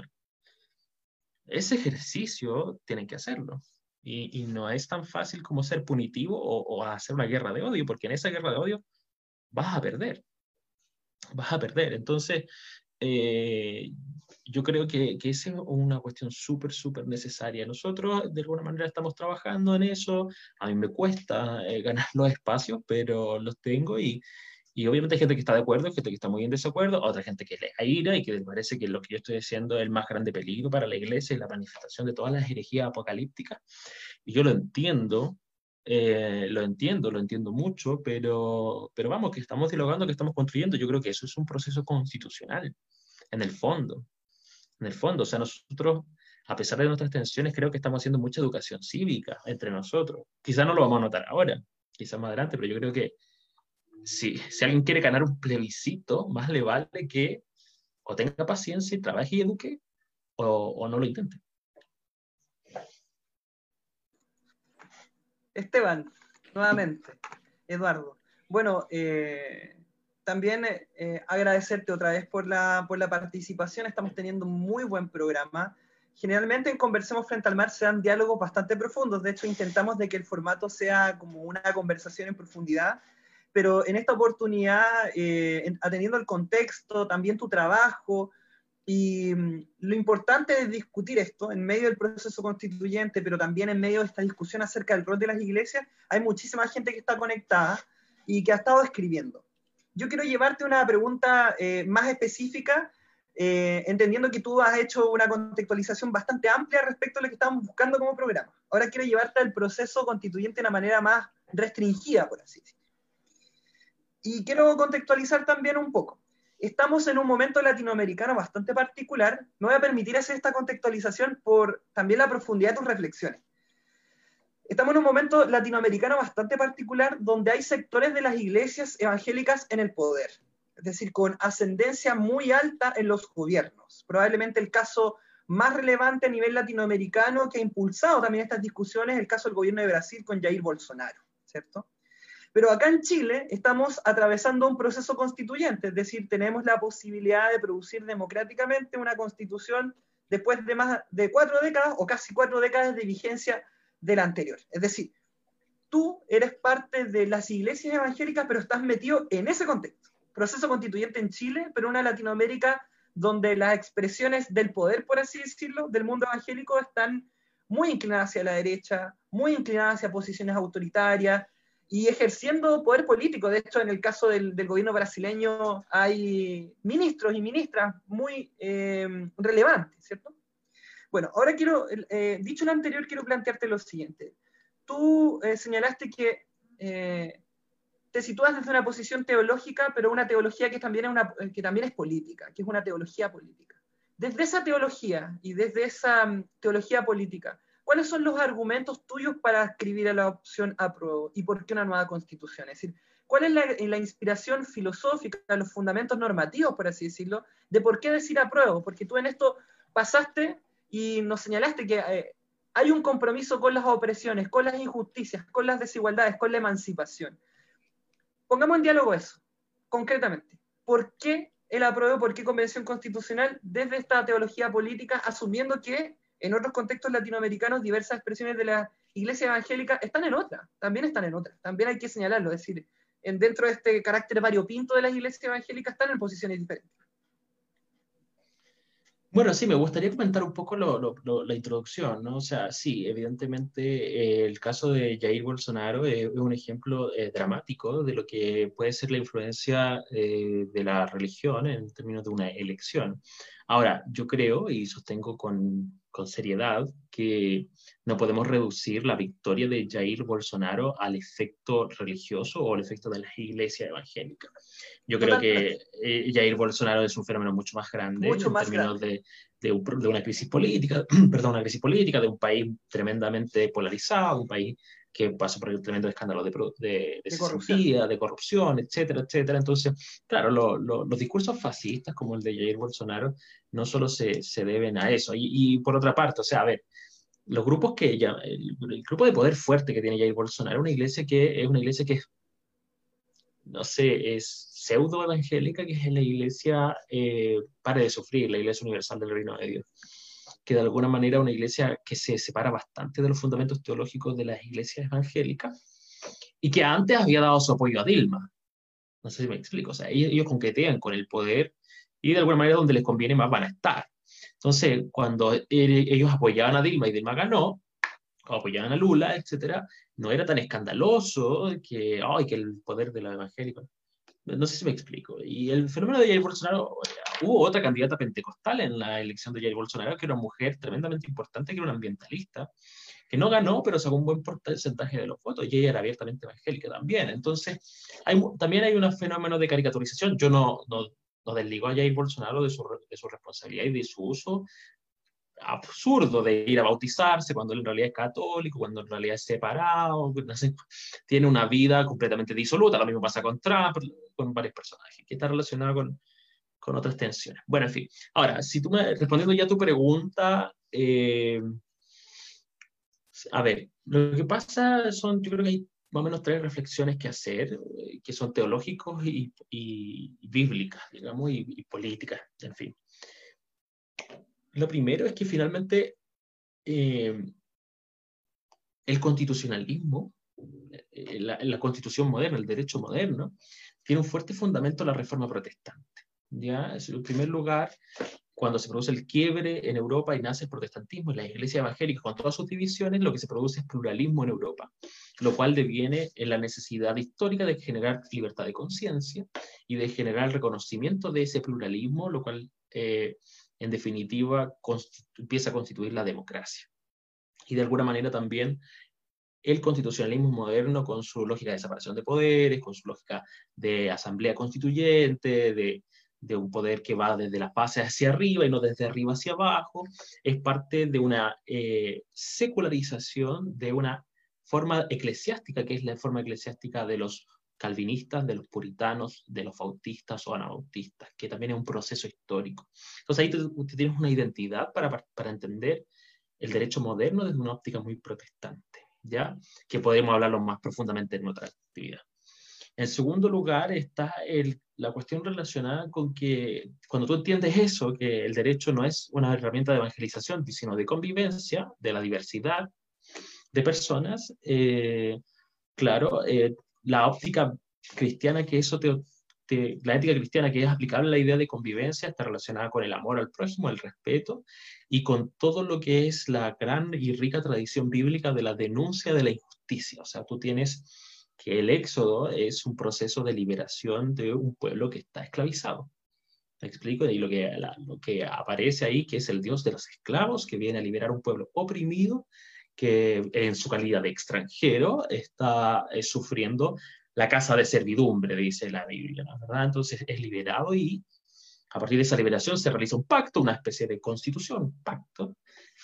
Ese ejercicio tienen que hacerlo. Y, y no es tan fácil como ser punitivo o, o hacer una guerra de odio, porque en esa guerra de odio vas a perder. Vas a perder. Entonces, eh, yo creo que, que esa es una cuestión súper, súper necesaria. Nosotros, de alguna manera, estamos trabajando en eso. A mí me cuesta eh, ganar los espacios, pero los tengo y, y obviamente hay gente que está de acuerdo, gente que está muy en desacuerdo, otra gente que le da ira y que le parece que lo que yo estoy haciendo es el más grande peligro para la iglesia y la manifestación de todas las herejías apocalípticas. Y yo lo entiendo, eh, lo entiendo, lo entiendo mucho, pero, pero vamos, que estamos dialogando, que estamos construyendo. Yo creo que eso es un proceso constitucional, en el fondo. En el fondo, o sea, nosotros, a pesar de nuestras tensiones, creo que estamos haciendo mucha educación cívica entre nosotros. Quizás no lo vamos a notar ahora, quizás más adelante, pero yo creo que si, si alguien quiere ganar un plebiscito, más le vale que o tenga paciencia y trabaje y eduque, o, o no lo intente. Esteban, nuevamente, Eduardo. Bueno, eh, también eh, agradecerte otra vez por la, por la participación. Estamos teniendo un muy buen programa. Generalmente en Conversemos Frente al Mar se dan diálogos bastante profundos. De hecho, intentamos de que el formato sea como una conversación en profundidad, pero en esta oportunidad, eh, atendiendo el contexto, también tu trabajo, y lo importante es discutir esto en medio del proceso constituyente, pero también en medio de esta discusión acerca del rol de las iglesias. Hay muchísima gente que está conectada y que ha estado escribiendo. Yo quiero llevarte una pregunta eh, más específica, eh, entendiendo que tú has hecho una contextualización bastante amplia respecto a lo que estábamos buscando como programa. Ahora quiero llevarte al proceso constituyente de una manera más restringida, por así decirlo. Y quiero contextualizar también un poco. Estamos en un momento latinoamericano bastante particular. Me voy a permitir hacer esta contextualización por también la profundidad de tus reflexiones. Estamos en un momento latinoamericano bastante particular donde hay sectores de las iglesias evangélicas en el poder, es decir, con ascendencia muy alta en los gobiernos. Probablemente el caso más relevante a nivel latinoamericano que ha impulsado también estas discusiones es el caso del gobierno de Brasil con Jair Bolsonaro, ¿cierto? Pero acá en Chile estamos atravesando un proceso constituyente, es decir, tenemos la posibilidad de producir democráticamente una constitución después de más de cuatro décadas o casi cuatro décadas de vigencia de la anterior. Es decir, tú eres parte de las iglesias evangélicas, pero estás metido en ese contexto. proceso constituyente en Chile, pero una Latinoamérica donde las expresiones del poder, por así decirlo, del mundo evangélico están muy inclinadas hacia la derecha, muy inclinadas hacia posiciones autoritarias y ejerciendo poder político. De hecho, en el caso del, del gobierno brasileño hay ministros y ministras muy eh, relevantes, ¿cierto? Bueno, ahora quiero, eh, dicho lo anterior, quiero plantearte lo siguiente. Tú eh, señalaste que eh, te sitúas desde una posición teológica, pero una teología que también, es una, que también es política, que es una teología política. Desde esa teología y desde esa um, teología política, ¿cuáles son los argumentos tuyos para escribir a la opción apruebo? ¿Y por qué una nueva constitución? Es decir, ¿cuál es la, la inspiración filosófica, los fundamentos normativos, por así decirlo, de por qué decir apruebo? Porque tú en esto pasaste y nos señalaste que eh, hay un compromiso con las opresiones, con las injusticias, con las desigualdades, con la emancipación. Pongamos en diálogo eso, concretamente. ¿Por qué el apruebo, por qué convención constitucional desde esta teología política, asumiendo que en otros contextos latinoamericanos diversas expresiones de la iglesia evangélica están en otra, también están en otra, también hay que señalarlo, es decir, en, dentro de este carácter variopinto de las iglesias evangélicas están en posiciones diferentes? Bueno, sí, me gustaría comentar un poco lo, lo, lo, la introducción, ¿no? O sea, sí, evidentemente eh, el caso de Jair Bolsonaro es, es un ejemplo eh, dramático de lo que puede ser la influencia eh, de la religión en términos de una elección. Ahora, yo creo y sostengo con, con seriedad que no podemos reducir la victoria de Jair Bolsonaro al efecto religioso o al efecto de las iglesias evangélicas. Yo creo que eh, Jair Bolsonaro es un fenómeno mucho más grande mucho en más términos grande. de, de, un, de una crisis política, perdón, una crisis política, de un país tremendamente polarizado, un país que pasó por el tremendo escándalo de, de, de, de corrupción. de corrupción, etcétera, etcétera. Entonces, claro, lo, lo, los discursos fascistas como el de Jair Bolsonaro no solo se, se deben a eso. Y, y por otra parte, o sea, a ver, los grupos que ya, el, el grupo de poder fuerte que tiene Jair Bolsonaro, una iglesia que es una iglesia que es, no sé, es pseudo evangélica, que es la iglesia eh, Pare de Sufrir, la iglesia universal del reino de Dios, que de alguna manera es una iglesia que se separa bastante de los fundamentos teológicos de las iglesias evangélicas y que antes había dado su apoyo a Dilma. No sé si me explico, o sea, ellos, ellos conquetean con el poder y de alguna manera donde les conviene más van a estar. Entonces, cuando ellos apoyaban a Dilma y Dilma ganó, o apoyaban a Lula, etcétera, no era tan escandaloso que, ay, que el poder de la evangélica. No sé si me explico. Y el fenómeno de Jair Bolsonaro, hubo otra candidata pentecostal en la elección de Jair Bolsonaro, que era una mujer tremendamente importante, que era una ambientalista, que no ganó, pero sacó un buen porcentaje de los votos, y ella era abiertamente evangélica también. Entonces, hay, también hay un fenómeno de caricaturización. Yo no, no, no desligo a Jair Bolsonaro de su, de su responsabilidad y de su uso absurdo de ir a bautizarse cuando él en realidad es católico, cuando en realidad es separado, no sé, tiene una vida completamente disoluta. Lo mismo pasa con Trump, con varios personajes, que está relacionado con, con otras tensiones. Bueno, en fin. Ahora, si tú me, respondiendo ya a tu pregunta, eh, a ver, lo que pasa son, yo creo que hay más o menos tres reflexiones que hacer, eh, que son teológicos y, y, y bíblicas, digamos, y, y políticas, en fin. Lo primero es que finalmente eh, el constitucionalismo, eh, la, la constitución moderna, el derecho moderno, tiene un fuerte fundamento en la reforma protestante. ¿Ya? En primer lugar, cuando se produce el quiebre en Europa y nace el protestantismo y la iglesia evangélica con todas sus divisiones, lo que se produce es pluralismo en Europa, lo cual deviene en la necesidad histórica de generar libertad de conciencia y de generar el reconocimiento de ese pluralismo, lo cual... Eh, en definitiva, empieza a constituir la democracia. Y de alguna manera también el constitucionalismo moderno, con su lógica de separación de poderes, con su lógica de asamblea constituyente, de, de un poder que va desde las bases hacia arriba y no desde arriba hacia abajo, es parte de una eh, secularización de una forma eclesiástica, que es la forma eclesiástica de los calvinistas, de los puritanos, de los bautistas o anabautistas, que también es un proceso histórico. Entonces ahí tú, tú tienes una identidad para, para entender el derecho moderno desde una óptica muy protestante, ¿ya? Que podemos hablarlo más profundamente en otra actividad. En segundo lugar está el, la cuestión relacionada con que cuando tú entiendes eso, que el derecho no es una herramienta de evangelización, sino de convivencia, de la diversidad de personas, eh, claro, eh, la óptica cristiana que eso te, este, la ética cristiana que es aplicable a la idea de convivencia está relacionada con el amor al prójimo, el respeto, y con todo lo que es la gran y rica tradición bíblica de la denuncia de la injusticia. O sea, tú tienes que el éxodo es un proceso de liberación de un pueblo que está esclavizado. ¿Me explico? Y lo que, la, lo que aparece ahí, que es el Dios de los esclavos, que viene a liberar un pueblo oprimido, que en su calidad de extranjero está eh, sufriendo la casa de servidumbre, dice la Biblia, ¿verdad? Entonces es liberado y a partir de esa liberación se realiza un pacto, una especie de constitución, un pacto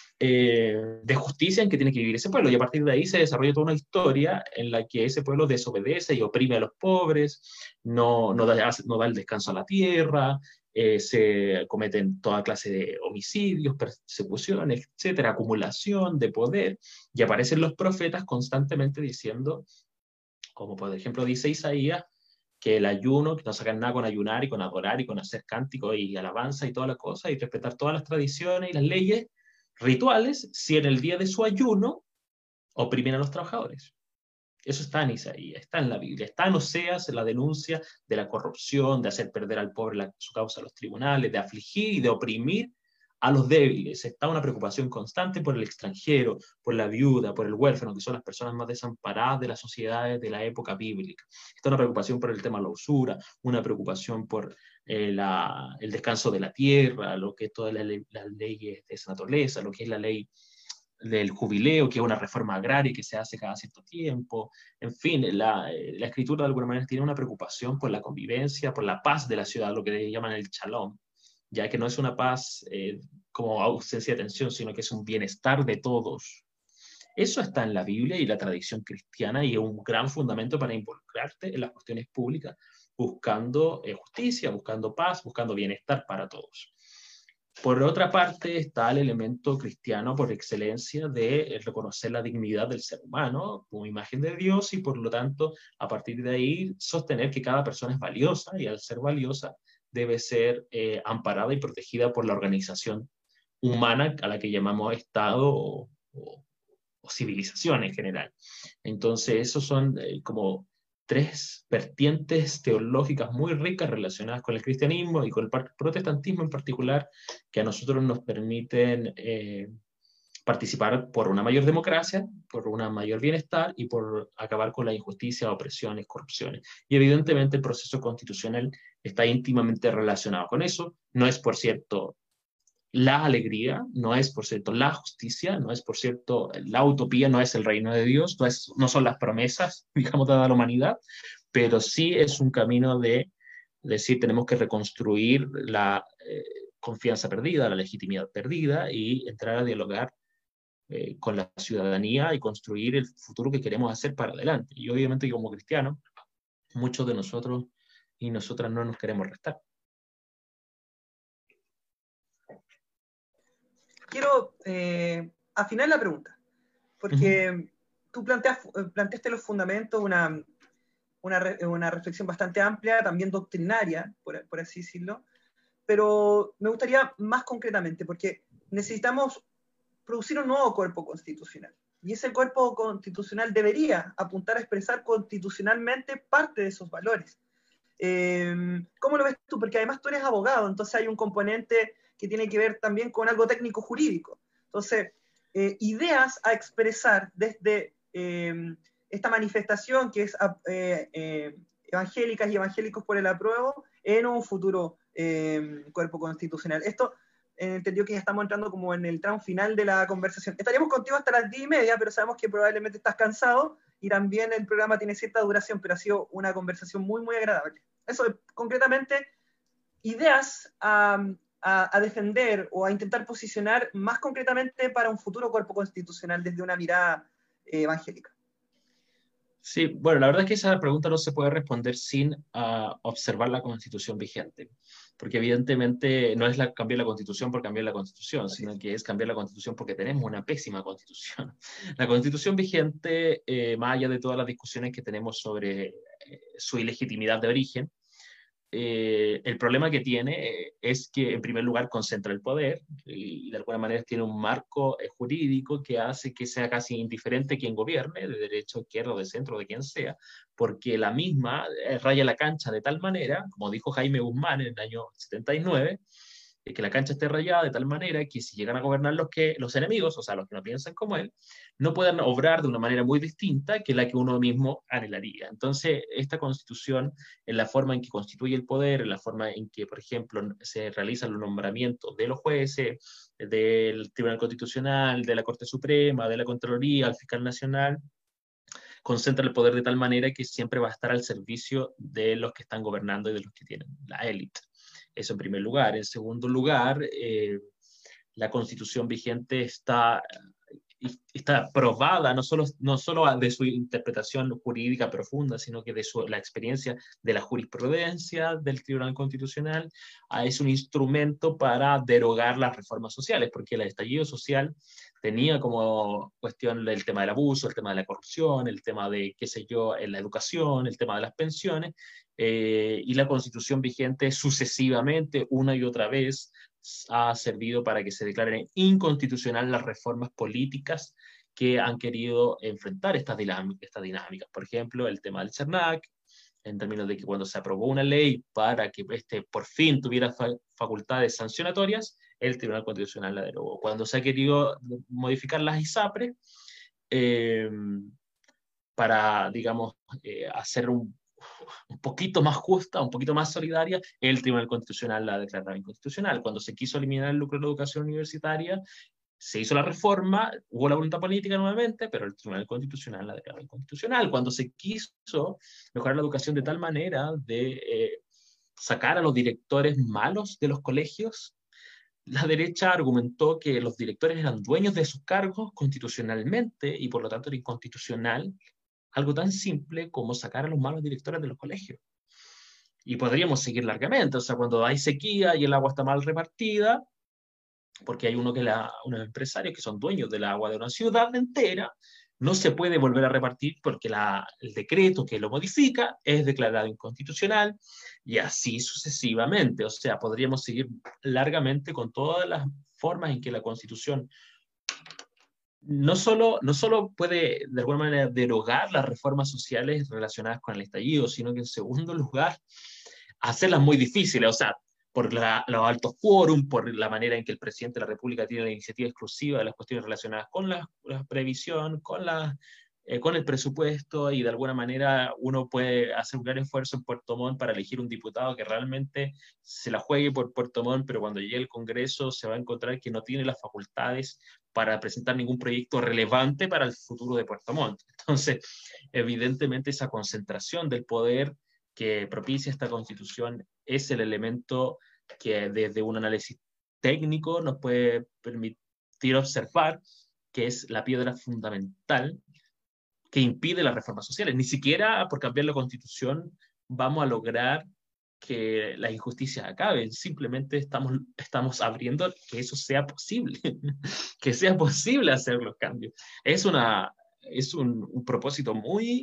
eh, de justicia en que tiene que vivir ese pueblo. Y a partir de ahí se desarrolla toda una historia en la que ese pueblo desobedece y oprime a los pobres, no, no, da, no da el descanso a la tierra, eh, se cometen toda clase de homicidios, persecuciones, etcétera, acumulación de poder, y aparecen los profetas constantemente diciendo, como por ejemplo dice Isaías, que el ayuno, que no sacan nada con ayunar y con adorar y con hacer cánticos y alabanza y toda la cosa, y respetar todas las tradiciones y las leyes rituales, si en el día de su ayuno oprimen a los trabajadores. Eso está en Isaías, está en la Biblia, está en Oseas, en la denuncia de la corrupción, de hacer perder al pobre la, su causa a los tribunales, de afligir y de oprimir a los débiles. Está una preocupación constante por el extranjero, por la viuda, por el huérfano, que son las personas más desamparadas de las sociedades de la época bíblica. Está una preocupación por el tema de la usura, una preocupación por eh, la, el descanso de la tierra, lo que es todas las la leyes de esa naturaleza, lo que es la ley del jubileo, que es una reforma agraria que se hace cada cierto tiempo. En fin, la, la escritura de alguna manera tiene una preocupación por la convivencia, por la paz de la ciudad, lo que le llaman el shalom, ya que no es una paz eh, como ausencia de tensión, sino que es un bienestar de todos. Eso está en la Biblia y la tradición cristiana y es un gran fundamento para involucrarte en las cuestiones públicas, buscando eh, justicia, buscando paz, buscando bienestar para todos. Por otra parte está el elemento cristiano por excelencia de reconocer la dignidad del ser humano como imagen de Dios y por lo tanto a partir de ahí sostener que cada persona es valiosa y al ser valiosa debe ser eh, amparada y protegida por la organización humana a la que llamamos Estado o, o, o civilización en general. Entonces esos son eh, como tres vertientes teológicas muy ricas relacionadas con el cristianismo y con el protestantismo en particular, que a nosotros nos permiten eh, participar por una mayor democracia, por un mayor bienestar y por acabar con la injusticia, opresiones, corrupciones. Y evidentemente el proceso constitucional está íntimamente relacionado con eso. No es, por cierto, la alegría, no es, por cierto, la justicia, no es, por cierto, la utopía, no es el reino de Dios, no, es, no son las promesas, digamos, de la humanidad, pero sí es un camino de decir, tenemos que reconstruir la eh, confianza perdida, la legitimidad perdida y entrar a dialogar eh, con la ciudadanía y construir el futuro que queremos hacer para adelante. Y obviamente como cristianos, muchos de nosotros y nosotras no nos queremos restar. Quiero eh, afinar la pregunta, porque uh-huh. tú planteas, planteaste los fundamentos, una, una, una reflexión bastante amplia, también doctrinaria, por, por así decirlo, pero me gustaría más concretamente, porque necesitamos producir un nuevo cuerpo constitucional, y ese cuerpo constitucional debería apuntar a expresar constitucionalmente parte de esos valores. Eh, ¿Cómo lo ves tú? Porque además tú eres abogado, entonces hay un componente que tiene que ver también con algo técnico jurídico. Entonces, eh, ideas a expresar desde eh, esta manifestación que es eh, eh, evangélicas y evangélicos por el apruebo en un futuro eh, cuerpo constitucional. Esto eh, entendió que ya estamos entrando como en el tramo final de la conversación. Estaríamos contigo hasta las diez y media, pero sabemos que probablemente estás cansado y también el programa tiene cierta duración, pero ha sido una conversación muy, muy agradable. Eso, concretamente, ideas a... Um, A, a defender o a intentar posicionar más concretamente para un futuro cuerpo constitucional desde una mirada eh, evangélica? Sí, bueno, la verdad es que esa pregunta no se puede responder sin uh, observar la Constitución vigente, porque evidentemente no es la, cambiar la Constitución por cambiar la Constitución, sino que es cambiar la Constitución porque tenemos una pésima Constitución. La Constitución vigente, eh, más allá de todas las discusiones que tenemos sobre eh, su ilegitimidad de origen, eh, el problema que tiene eh, es que, en primer lugar, concentra el poder y, y de alguna manera tiene un marco eh, jurídico que hace que sea casi indiferente quien gobierne, de derecha, izquierda, de centro, de quien sea, porque la misma eh, raya la cancha de tal manera, como dijo Jaime Guzmán en el año setenta y nueve, eh, que la cancha esté rayada de tal manera que si llegan a gobernar los, que, los enemigos, o sea, los que no piensan como él, no puedan obrar de una manera muy distinta que la que uno mismo anhelaría. Entonces, esta constitución, en la forma en que constituye el poder, en la forma en que, por ejemplo, se realizan los nombramientos de los jueces, del Tribunal Constitucional, de la Corte Suprema, de la Contraloría, al Fiscal Nacional, concentra el poder de tal manera que siempre va a estar al servicio de los que están gobernando y de los que tienen la élite. Eso en primer lugar. En segundo lugar, eh, la constitución vigente está, está probada no solo, no solo de su interpretación jurídica profunda, sino que de su, la experiencia de la jurisprudencia del Tribunal Constitucional. Es un instrumento para derogar las reformas sociales, porque el estallido social tenía como cuestión el tema del abuso, el tema de la corrupción, el tema de, qué sé yo, en la educación, el tema de las pensiones, eh, y la constitución vigente sucesivamente, una y otra vez, ha servido para que se declaren inconstitucional las reformas políticas que han querido enfrentar estas dinámicas, estas dinámicas. Por ejemplo, el tema del CERNAC, en términos de que cuando se aprobó una ley para que este por fin tuviera fa facultades sancionatorias, el Tribunal Constitucional la derogó. Cuando se ha querido modificar las ISAPRES eh, para, digamos, eh, hacer un, un poquito más justa, un poquito más solidaria, el Tribunal Constitucional la declaraba inconstitucional. Cuando se quiso eliminar el lucro de la educación universitaria, se hizo la reforma, hubo la voluntad política nuevamente, pero el Tribunal Constitucional la declaró inconstitucional. Cuando se quiso mejorar la educación de tal manera de eh, sacar a los directores malos de los colegios, la derecha argumentó que los directores eran dueños de sus cargos constitucionalmente y por lo tanto era inconstitucional algo tan simple como sacar a los malos directores de los colegios. Y podríamos seguir largamente, o sea, cuando hay sequía y el agua está mal repartida, porque hay uno que la, unos empresarios que son dueños del agua de una ciudad entera, no se puede volver a repartir porque la, el decreto que lo modifica es declarado inconstitucional, y así sucesivamente. O sea, podríamos seguir largamente con todas las formas en que la Constitución no solo, no solo puede de alguna manera derogar las reformas sociales relacionadas con el estallido, sino que en segundo lugar hacerlas muy difíciles. O sea, por la, los altos quórum, por la manera en que el presidente de la República tiene la iniciativa exclusiva de las cuestiones relacionadas con la, la previsión, con, la, eh, con el presupuesto, y de alguna manera uno puede hacer un gran esfuerzo en Puerto Montt para elegir un diputado que realmente se la juegue por Puerto Montt, pero cuando llegue al Congreso se va a encontrar que no tiene las facultades para presentar ningún proyecto relevante para el futuro de Puerto Montt. Entonces, evidentemente esa concentración del poder que propicia esta Constitución es el elemento que desde un análisis técnico nos puede permitir observar que es la piedra fundamental que impide las reformas sociales. Ni siquiera por cambiar la Constitución vamos a lograr que las injusticias acaben, simplemente estamos, estamos abriendo que eso sea posible, que sea posible hacer los cambios. Es, una, es un, un propósito muy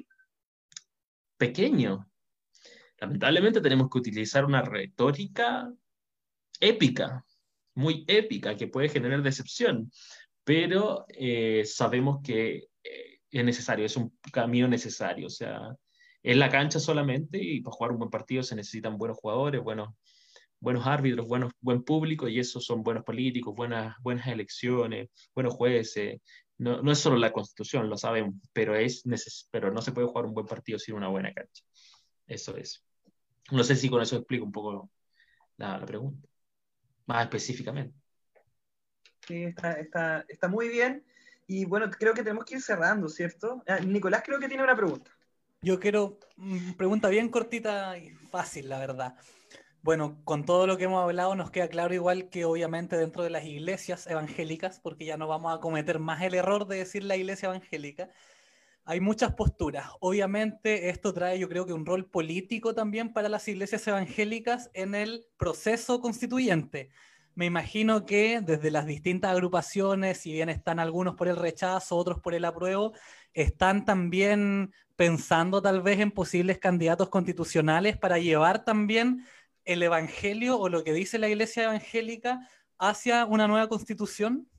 pequeño. Lamentablemente tenemos que utilizar una retórica épica, muy épica, que puede generar decepción, pero eh, sabemos que eh, es necesario, es un camino necesario. O sea, es la cancha solamente, y para jugar un buen partido se necesitan buenos jugadores, buenos, buenos árbitros, buenos, buen público, y esos son buenos políticos, buenas, buenas elecciones, buenos jueces. No, no es solo la Constitución, lo sabemos, pero, es neces pero no se puede jugar un buen partido sin una buena cancha. Eso es. No sé si con eso explico un poco la, la pregunta, más específicamente. Sí, está, está, está muy bien. Y bueno, creo que tenemos que ir cerrando, ¿cierto? Ah, Nicolás creo que tiene una pregunta. Yo quiero una pregunta bien cortita y fácil, la verdad. Bueno, con todo lo que hemos hablado nos queda claro igual que obviamente dentro de las iglesias evangélicas, porque ya no vamos a cometer más el error de decir la iglesia evangélica, hay muchas posturas. Obviamente esto trae, yo creo que un rol político también para las iglesias evangélicas en el proceso constituyente. Me imagino que desde las distintas agrupaciones, si bien están algunos por el rechazo, otros por el apruebo, están también pensando tal vez en posibles candidatos constitucionales para llevar también el evangelio o lo que dice la Iglesia evangélica hacia una nueva constitución?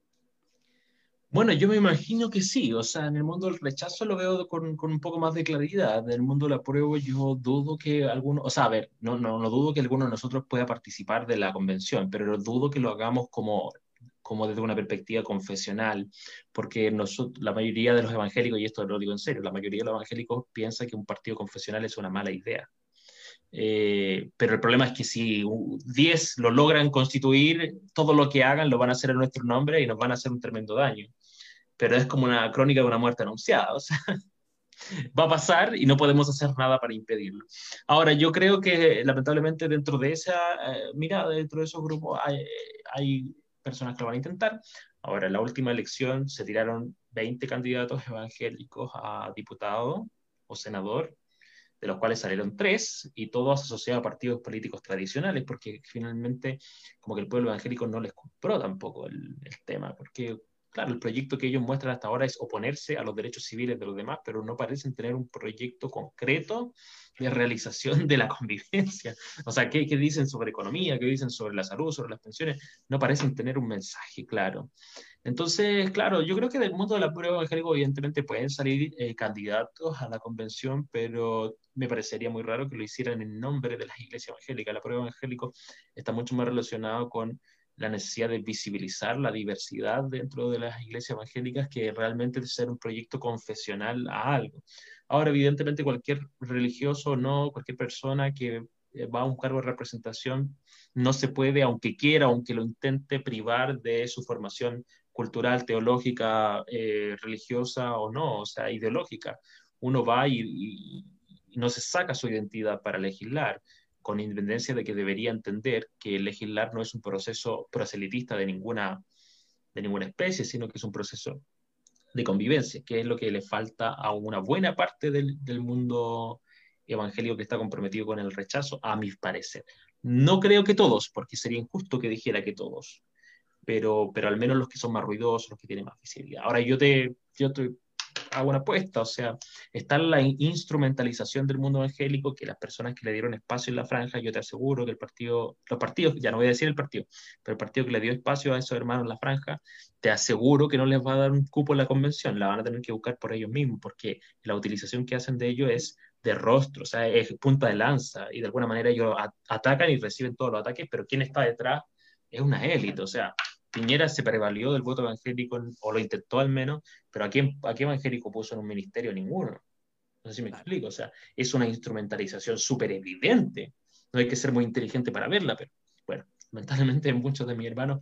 Bueno, yo me imagino que sí, o sea, en el mundo del rechazo lo veo con, con un poco más de claridad, en el mundo del apruebo yo dudo que alguno, o sea, a ver, no, no, no dudo que alguno de nosotros pueda participar de la convención, pero dudo que lo hagamos como, como desde una perspectiva confesional, porque nosotros, la mayoría de los evangélicos, y esto lo digo en serio, la mayoría de los evangélicos piensa que un partido confesional es una mala idea. Eh, pero el problema es que si diez lo logran constituir, todo lo que hagan lo van a hacer en nuestro nombre y nos van a hacer un tremendo daño. Pero es como una crónica de una muerte anunciada, o sea, va a pasar y no podemos hacer nada para impedirlo. Ahora, yo creo que lamentablemente dentro de esa eh, mirada, dentro de esos grupos, hay, hay personas que lo van a intentar. Ahora, en la última elección se tiraron veinte candidatos evangélicos a diputado o senador, de los cuales salieron tres, y todos asociados a partidos políticos tradicionales, porque finalmente como que el pueblo evangélico no les compró tampoco el, el tema, porque claro, el proyecto que ellos muestran hasta ahora es oponerse a los derechos civiles de los demás, pero no parecen tener un proyecto concreto de realización de la convivencia. O sea, ¿qué, qué dicen sobre economía? ¿Qué dicen sobre la salud? ¿Sobre las pensiones? No parecen tener un mensaje claro. Entonces, claro, yo creo que del mundo de la prueba evangélica evidentemente pueden salir eh, candidatos a la convención, pero me parecería muy raro que lo hicieran en nombre de las iglesias evangélicas. La prueba evangélica está mucho más relacionado con la necesidad de visibilizar la diversidad dentro de las iglesias evangélicas que realmente de ser un proyecto confesional a algo. Ahora, evidentemente, cualquier religioso o no, cualquier persona que va a un cargo de representación, no se puede, aunque quiera, aunque lo intente, privar de su formación cultural, teológica, eh, religiosa o no, o sea, ideológica. Uno va y, y, y no se saca su identidad para legislar, con independencia de que debería entender que legislar no es un proceso proselitista de ninguna, de ninguna especie, sino que es un proceso de convivencia, que es lo que le falta a una buena parte del, del mundo evangélico que está comprometido con el rechazo, a mi parecer. No creo que todos, porque sería injusto que dijera que todos, pero, pero al menos los que son más ruidosos, los que tienen más visibilidad. Ahora yo te, yo te hago una apuesta, o sea, está la instrumentalización del mundo evangélico, que las personas que le dieron espacio en la franja, yo te aseguro que el partido, los partidos, ya no voy a decir el partido, pero el partido que le dio espacio a esos hermanos en la franja, te aseguro que no les va a dar un cupo en la convención, la van a tener que buscar por ellos mismos, porque la utilización que hacen de ellos es de rostro, o sea, es punta de lanza, y de alguna manera ellos a- atacan y reciben todos los ataques, pero quien está detrás es una élite, o sea, Piñera se prevalió del voto evangélico, o lo intentó al menos, pero ¿a qué, a qué evangélico puso en un ministerio? Ninguno. No sé si me explico, o sea, es una instrumentalización súper evidente. No hay que ser muy inteligente para verla, pero bueno, lamentablemente muchos de mis hermanos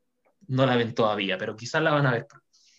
no la ven todavía, pero quizás la van a ver.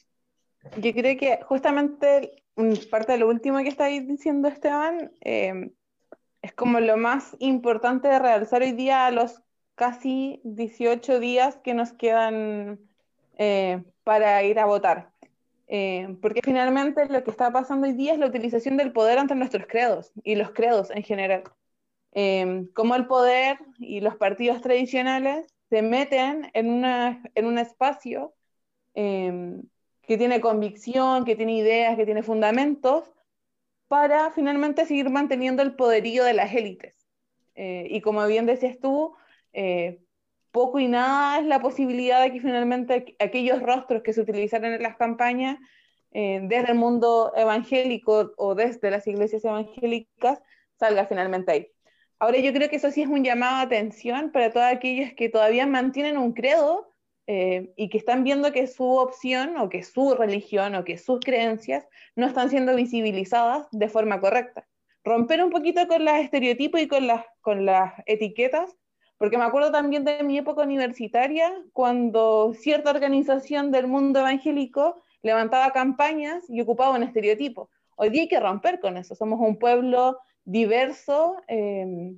Yo creo que justamente mm, parte de lo último que estáis diciendo, Esteban, eh, es como lo más importante de realzar hoy día a los casi dieciocho días que nos quedan eh, para ir a votar. Eh, porque finalmente lo que está pasando hoy día es la utilización del poder ante nuestros credos y los credos en general. Eh, como el poder y los partidos tradicionales se meten en, una, en un espacio eh, que tiene convicción, que tiene ideas, que tiene fundamentos, para finalmente seguir manteniendo el poderío de las élites. Eh, y como bien decías tú, eh, poco y nada es la posibilidad de que finalmente aquellos rostros que se utilizaron en las campañas eh, desde el mundo evangélico o desde las iglesias evangélicas salga finalmente ahí. Ahora yo creo que eso sí es un llamado a atención para todos aquellos que todavía mantienen un credo eh, y que están viendo que su opción o que su religión o que sus creencias no están siendo visibilizadas de forma correcta. Romper un poquito con los estereotipos y con las, con las etiquetas, porque me acuerdo también de mi época universitaria, cuando cierta organización del mundo evangélico levantaba campañas y ocupaba un estereotipo. Hoy día hay que romper con eso. Somos un pueblo diverso, eh,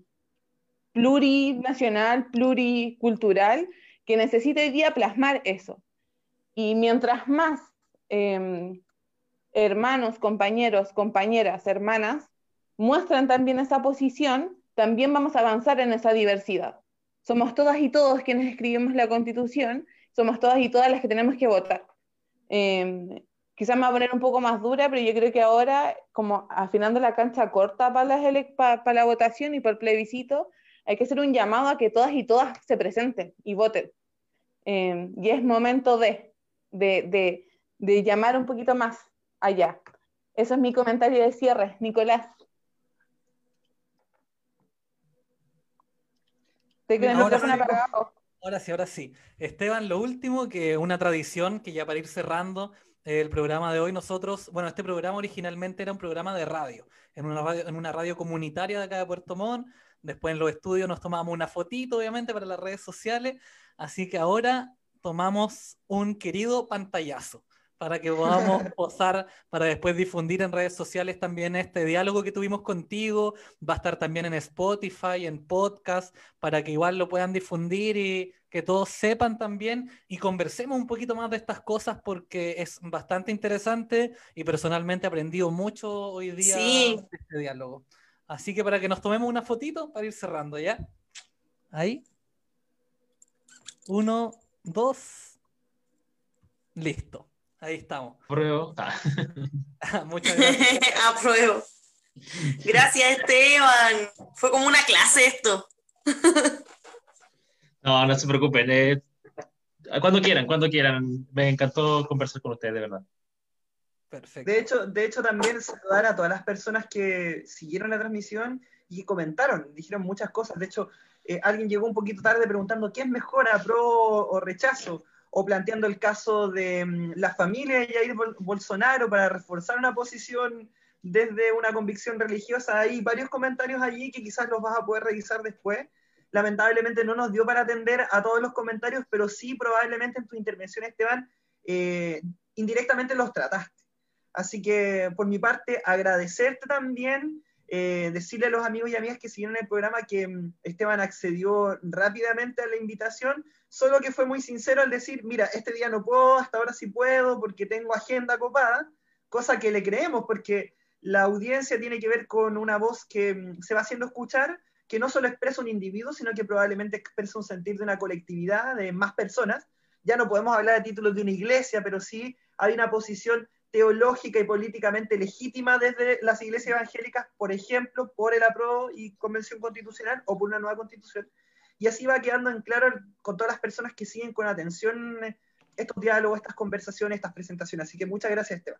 plurinacional, pluricultural, que necesita hoy día plasmar eso. Y mientras más eh, hermanos, compañeros, compañeras, hermanas, muestran también esa posición, también vamos a avanzar en esa diversidad. Somos todas y todos quienes escribimos la Constitución, somos todas y todas las que tenemos que votar. Eh, quizás me va a poner un poco más dura, pero yo creo que ahora, como afinando la cancha corta para, las para, para la votación y para el plebiscito, hay que hacer un llamado a que todas y todas se presenten y voten. Eh, y es momento de, de, de, de llamar un poquito más allá. Eso es mi comentario de cierre. Nicolás. Te quedan el Ahora micrófono sí. apagado. Ahora sí, ahora sí. Esteban, lo último, que una tradición que ya para ir cerrando eh, el programa de hoy, nosotros, bueno, este programa originalmente era un programa de radio, en una radio, en una radio comunitaria de acá de Puerto Montt. Después en los estudios nos tomábamos una fotito, obviamente, para las redes sociales. Así que ahora tomamos un querido pantallazo para que podamos posar, para después difundir en redes sociales también este diálogo que tuvimos contigo. Va a estar también en Spotify, en podcast, para que igual lo puedan difundir y que todos sepan también y conversemos un poquito más de estas cosas porque es bastante interesante y personalmente he aprendido mucho hoy día Sí. de este diálogo. Así que para que nos tomemos una fotito para ir cerrando, ¿ya? Ahí. Uno, dos. Listo. Ahí estamos. Pruebo. Ah. Muchas gracias. Apruebo. Gracias, Esteban. Fue como una clase esto. No, no se preocupen. Eh, cuando quieran, cuando quieran. Me encantó conversar con ustedes, de verdad. Perfecto. De hecho, de hecho, también saludar a todas las personas que siguieron la transmisión y comentaron, dijeron muchas cosas. De hecho, eh, alguien llegó un poquito tarde preguntando ¿qué es mejor, apruebo o rechazo? O planteando el caso de um, la familia de Jair Bol Bolsonaro para reforzar una posición desde una convicción religiosa. Hay varios comentarios allí que quizás los vas a poder revisar después. Lamentablemente no nos dio para atender a todos los comentarios, pero sí probablemente en tu intervención, Esteban, eh, indirectamente los trataste. Así que, por mi parte, agradecerte también, eh, decirle a los amigos y amigas que siguieron el programa que um, Esteban accedió rápidamente a la invitación, solo que fue muy sincero al decir, mira, este día no puedo, hasta ahora sí puedo, porque tengo agenda copada, cosa que le creemos, porque la audiencia tiene que ver con una voz que um, se va haciendo escuchar, que no solo expresa un individuo, sino que probablemente expresa un sentir de una colectividad, de más personas. Ya no podemos hablar a título de una iglesia, pero sí hay una posición teológica y políticamente legítima desde las iglesias evangélicas, por ejemplo, por el apruebo y convención constitucional o por una nueva constitución. Y así va quedando en claro con todas las personas que siguen con atención estos diálogos, estas conversaciones, estas presentaciones. Así que muchas gracias, Esteban.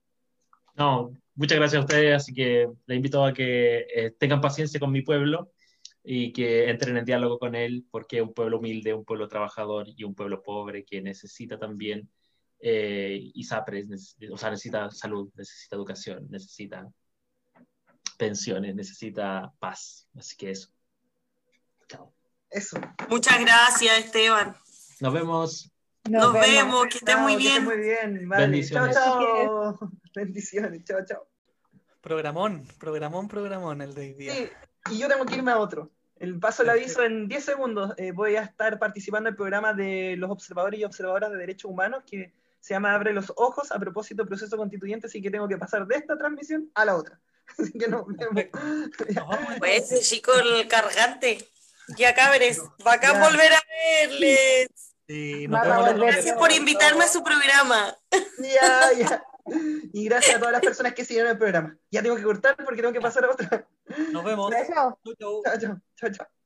No, muchas gracias a ustedes, así que les invito a que eh, tengan paciencia con mi pueblo y que entren en diálogo con él, porque es un pueblo humilde, un pueblo trabajador y un pueblo pobre que necesita también eh, ISAPRES, o sea, necesita salud, necesita educación, necesita pensiones, necesita paz. Así que eso. Chao. Eso. Muchas gracias, Esteban. Nos vemos. Nos, Nos vemos. vemos, que estés muy bien. Que estés muy bien. Vale. Bendiciones. Chao, chao. Bendiciones. Chao, chao. Programón, programón, programón el de hoy día. Sí, y yo tengo que irme a otro. El paso el aviso en diez segundos. Eh, voy a estar participando en el programa de los observadores y observadoras de derechos humanos que se llama Abre los Ojos a propósito del proceso constituyente, así que tengo que pasar de esta transmisión a la otra. Así que nos vemos. Pues ese chico el cargante. Ya cabres, bacán ya. Volver a verles. Sí, nos vemos. Gracias por invitarme a su programa. Ya, ya. Y gracias a todas las personas que siguieron el programa. Ya tengo que cortar porque tengo que pasar a otra. Nos vemos. Chao, chao. Chao, chao. Chao, chao.